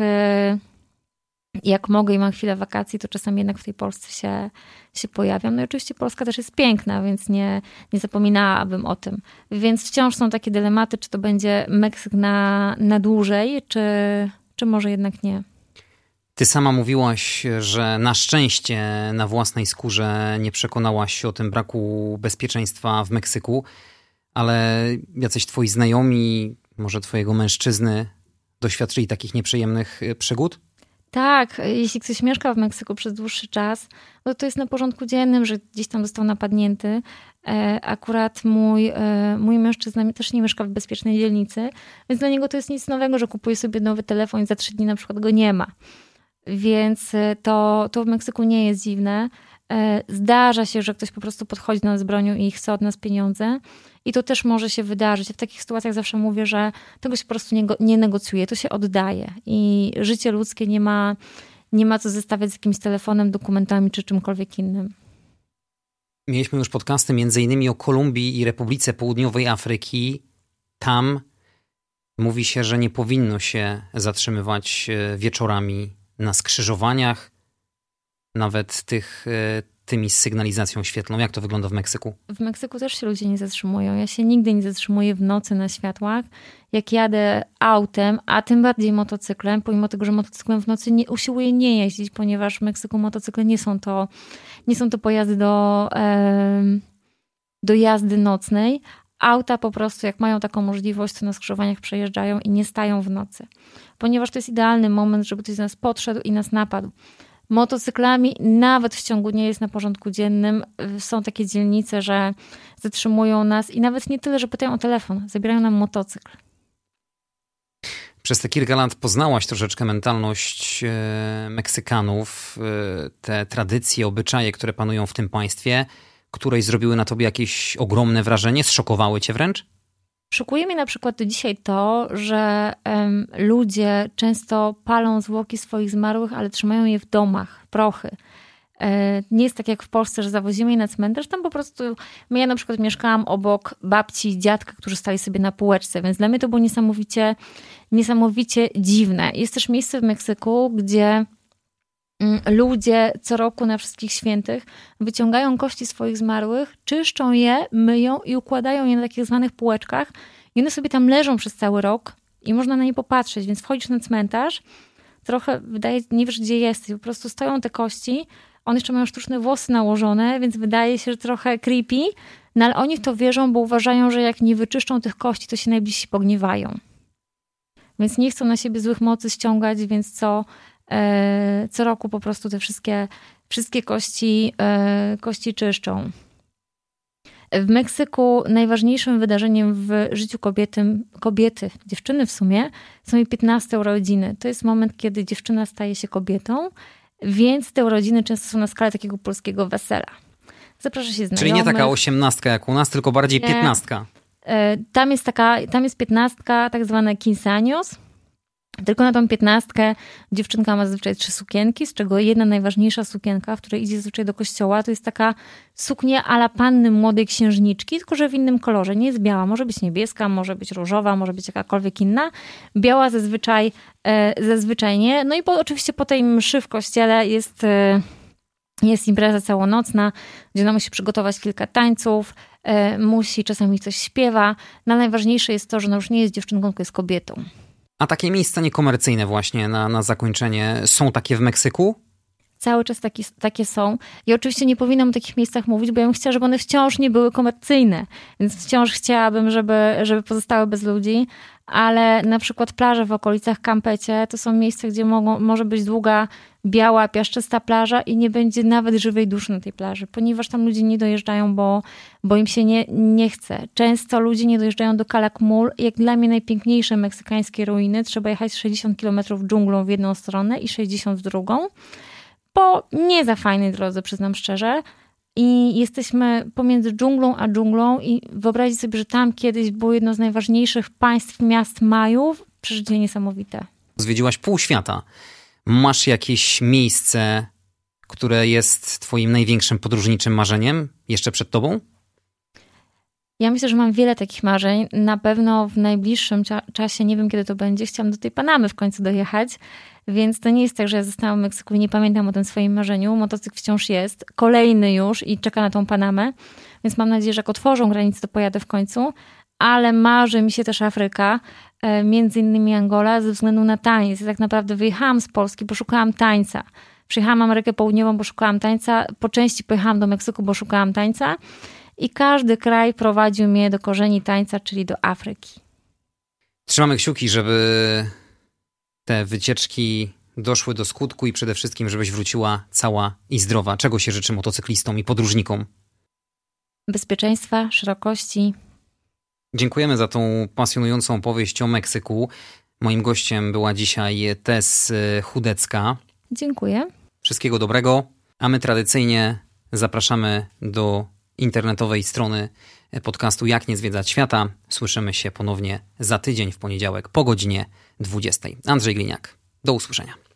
mogę i mam chwilę wakacji, to czasem jednak w tej Polsce się pojawiam. No i oczywiście Polska też jest piękna, więc nie zapominałabym o tym. Więc wciąż są takie dylematy, czy to będzie Meksyk na dłużej, czy może jednak nie. Ty sama mówiłaś, że na szczęście na własnej skórze nie przekonałaś się o tym braku bezpieczeństwa w Meksyku, ale jacyś twoi znajomi, może twojego mężczyzny doświadczyli takich nieprzyjemnych przygód? Tak, jeśli ktoś mieszka w Meksyku przez dłuższy czas, no to jest na porządku dziennym, że gdzieś tam został napadnięty. Akurat mój mężczyzna też nie mieszka w bezpiecznej dzielnicy, więc dla niego to jest nic nowego, że kupuje sobie nowy telefon i za 3 dni na przykład go nie ma. Więc to w Meksyku nie jest dziwne. Zdarza się, że ktoś po prostu podchodzi do nas z bronią i chce od nas pieniądze. I to też może się wydarzyć. W takich sytuacjach zawsze mówię, że tego się po prostu nie negocjuje, to się oddaje. I życie ludzkie nie ma co zestawiać z jakimś telefonem, dokumentami czy czymkolwiek innym. Mieliśmy już podcasty m.in. o Kolumbii i Republice Południowej Afryki. Tam mówi się, że nie powinno się zatrzymywać wieczorami na skrzyżowaniach, nawet tymi z sygnalizacją świetlną. Jak to wygląda w Meksyku? W Meksyku też się ludzie nie zatrzymują. Ja się nigdy nie zatrzymuję w nocy na światłach. Jak jadę autem, a tym bardziej motocyklem, pomimo tego, że motocyklem w nocy usiłuję nie jeździć, ponieważ w Meksyku motocykle nie są to pojazdy do jazdy nocnej. Auta po prostu, jak mają taką możliwość, to na skrzyżowaniach przejeżdżają i nie stają w nocy. Ponieważ to jest idealny moment, żeby ktoś z nas podszedł i nas napadł. Motocyklami nawet w ciągu dnia jest na porządku dziennym. Są takie dzielnice, że zatrzymują nas i nawet nie tyle, że pytają o telefon, zabierają nam motocykl. Przez te kilka lat poznałaś troszeczkę mentalność Meksykanów, te tradycje, obyczaje, które panują w tym państwie, które zrobiły na tobie jakieś ogromne wrażenie, zszokowały cię wręcz? Szokuje mnie na przykład do dzisiaj to, że ludzie często palą zwłoki swoich zmarłych, ale trzymają je w domach, prochy. Nie jest tak jak w Polsce, że zawozimy je na cmentarz. Tam po prostu, ja na przykład mieszkałam obok babci i dziadka, którzy stali sobie na półeczce, więc dla mnie to było niesamowicie dziwne. Jest też miejsce w Meksyku, gdzie ludzie co roku na Wszystkich Świętych wyciągają kości swoich zmarłych, czyszczą je, myją i układają je na takich zwanych półeczkach i one sobie tam leżą przez cały rok i można na nie popatrzeć, więc wchodzisz na cmentarz, trochę nie wiesz gdzie jesteś, po prostu stoją te kości, one jeszcze mają sztuczne włosy nałożone, więc wydaje się, że trochę creepy, no ale oni w to wierzą, bo uważają, że jak nie wyczyszczą tych kości, to się najbliżsi pogniewają. Więc nie chcą na siebie złych mocy ściągać, więc co roku po prostu te wszystkie kości czyszczą. W Meksyku najważniejszym wydarzeniem w życiu kobiety, dziewczyny w sumie, są jej 15 urodziny. To jest moment, kiedy dziewczyna staje się kobietą, więc te urodziny często są na skalę takiego polskiego wesela. Zaprasza się znajomych. Czyli nie taka 18 jak u nas, tylko bardziej 15. Tam jest 15, tak zwane 15 años. Tylko na tą 15 dziewczynka ma zazwyczaj 3 sukienki, z czego jedna najważniejsza sukienka, w której idzie zazwyczaj do kościoła, to jest taka suknia a la panny młodej księżniczki, tylko że w innym kolorze. Nie jest biała, może być niebieska, może być różowa, może być jakakolwiek inna. Biała zazwyczaj nie. No i oczywiście po tej mszy w kościele jest impreza całonocna, gdzie ona musi przygotować kilka tańców, czasami coś śpiewa. No najważniejsze jest to, że ona już nie jest dziewczynką, tylko jest kobietą. A takie miejsca niekomercyjne właśnie na zakończenie są takie w Meksyku? cały czas takie są. Ja oczywiście nie powinnam o takich miejscach mówić, bo ja bym chciała, żeby one wciąż nie były komercyjne. Więc wciąż chciałabym, żeby pozostały bez ludzi. Ale na przykład plaże w okolicach Campecie to są miejsca, gdzie może być długa, biała, piaszczysta plaża i nie będzie nawet żywej duszy na tej plaży, ponieważ tam ludzie nie dojeżdżają, bo im się nie chce. Często ludzie nie dojeżdżają do Calakmul. Jak dla mnie najpiękniejsze meksykańskie ruiny, trzeba jechać 60 km dżunglą w jedną stronę i 60 w drugą. Po nie za fajnej drodze, przyznam szczerze. I jesteśmy pomiędzy dżunglą a dżunglą i wyobraźcie sobie, że tam kiedyś było jedno z najważniejszych państw, miast Majów. Przeżycie niesamowite. Zwiedziłaś pół świata. Masz jakieś miejsce, które jest twoim największym podróżniczym marzeniem jeszcze przed tobą? Ja myślę, że mam wiele takich marzeń. Na pewno w najbliższym czasie, nie wiem kiedy to będzie, chciałam do tej Panamy w końcu dojechać. Więc to nie jest tak, że ja zostałam w Meksyku i nie pamiętam o tym swoim marzeniu. Motocykl wciąż jest, kolejny już i czeka na tą Panamę. Więc mam nadzieję, że jak otworzą granice, to pojadę w końcu. Ale marzy mi się też Afryka, między innymi Angola, ze względu na taniec. Ja tak naprawdę wyjechałam z Polski, bo szukałam tańca. Przyjechałam w Amerykę Południową, bo szukałam tańca. Po części pojechałam do Meksyku, bo szukałam tańca. I każdy kraj prowadził mnie do korzeni tańca, czyli do Afryki. Trzymamy kciuki, żeby te wycieczki doszły do skutku i przede wszystkim, żebyś wróciła cała i zdrowa. Czego się życzy motocyklistom i podróżnikom? Bezpieczeństwa, szerokości. Dziękujemy za tą pasjonującą opowieść o Meksyku. Moim gościem była dzisiaj Tess Chudecka. Dziękuję. Wszystkiego dobrego, a my tradycyjnie zapraszamy do internetowej strony podcastu Jak nie zwiedzać świata. Słyszymy się ponownie za tydzień w poniedziałek po godzinie 20. Andrzej Gliniak. Do usłyszenia.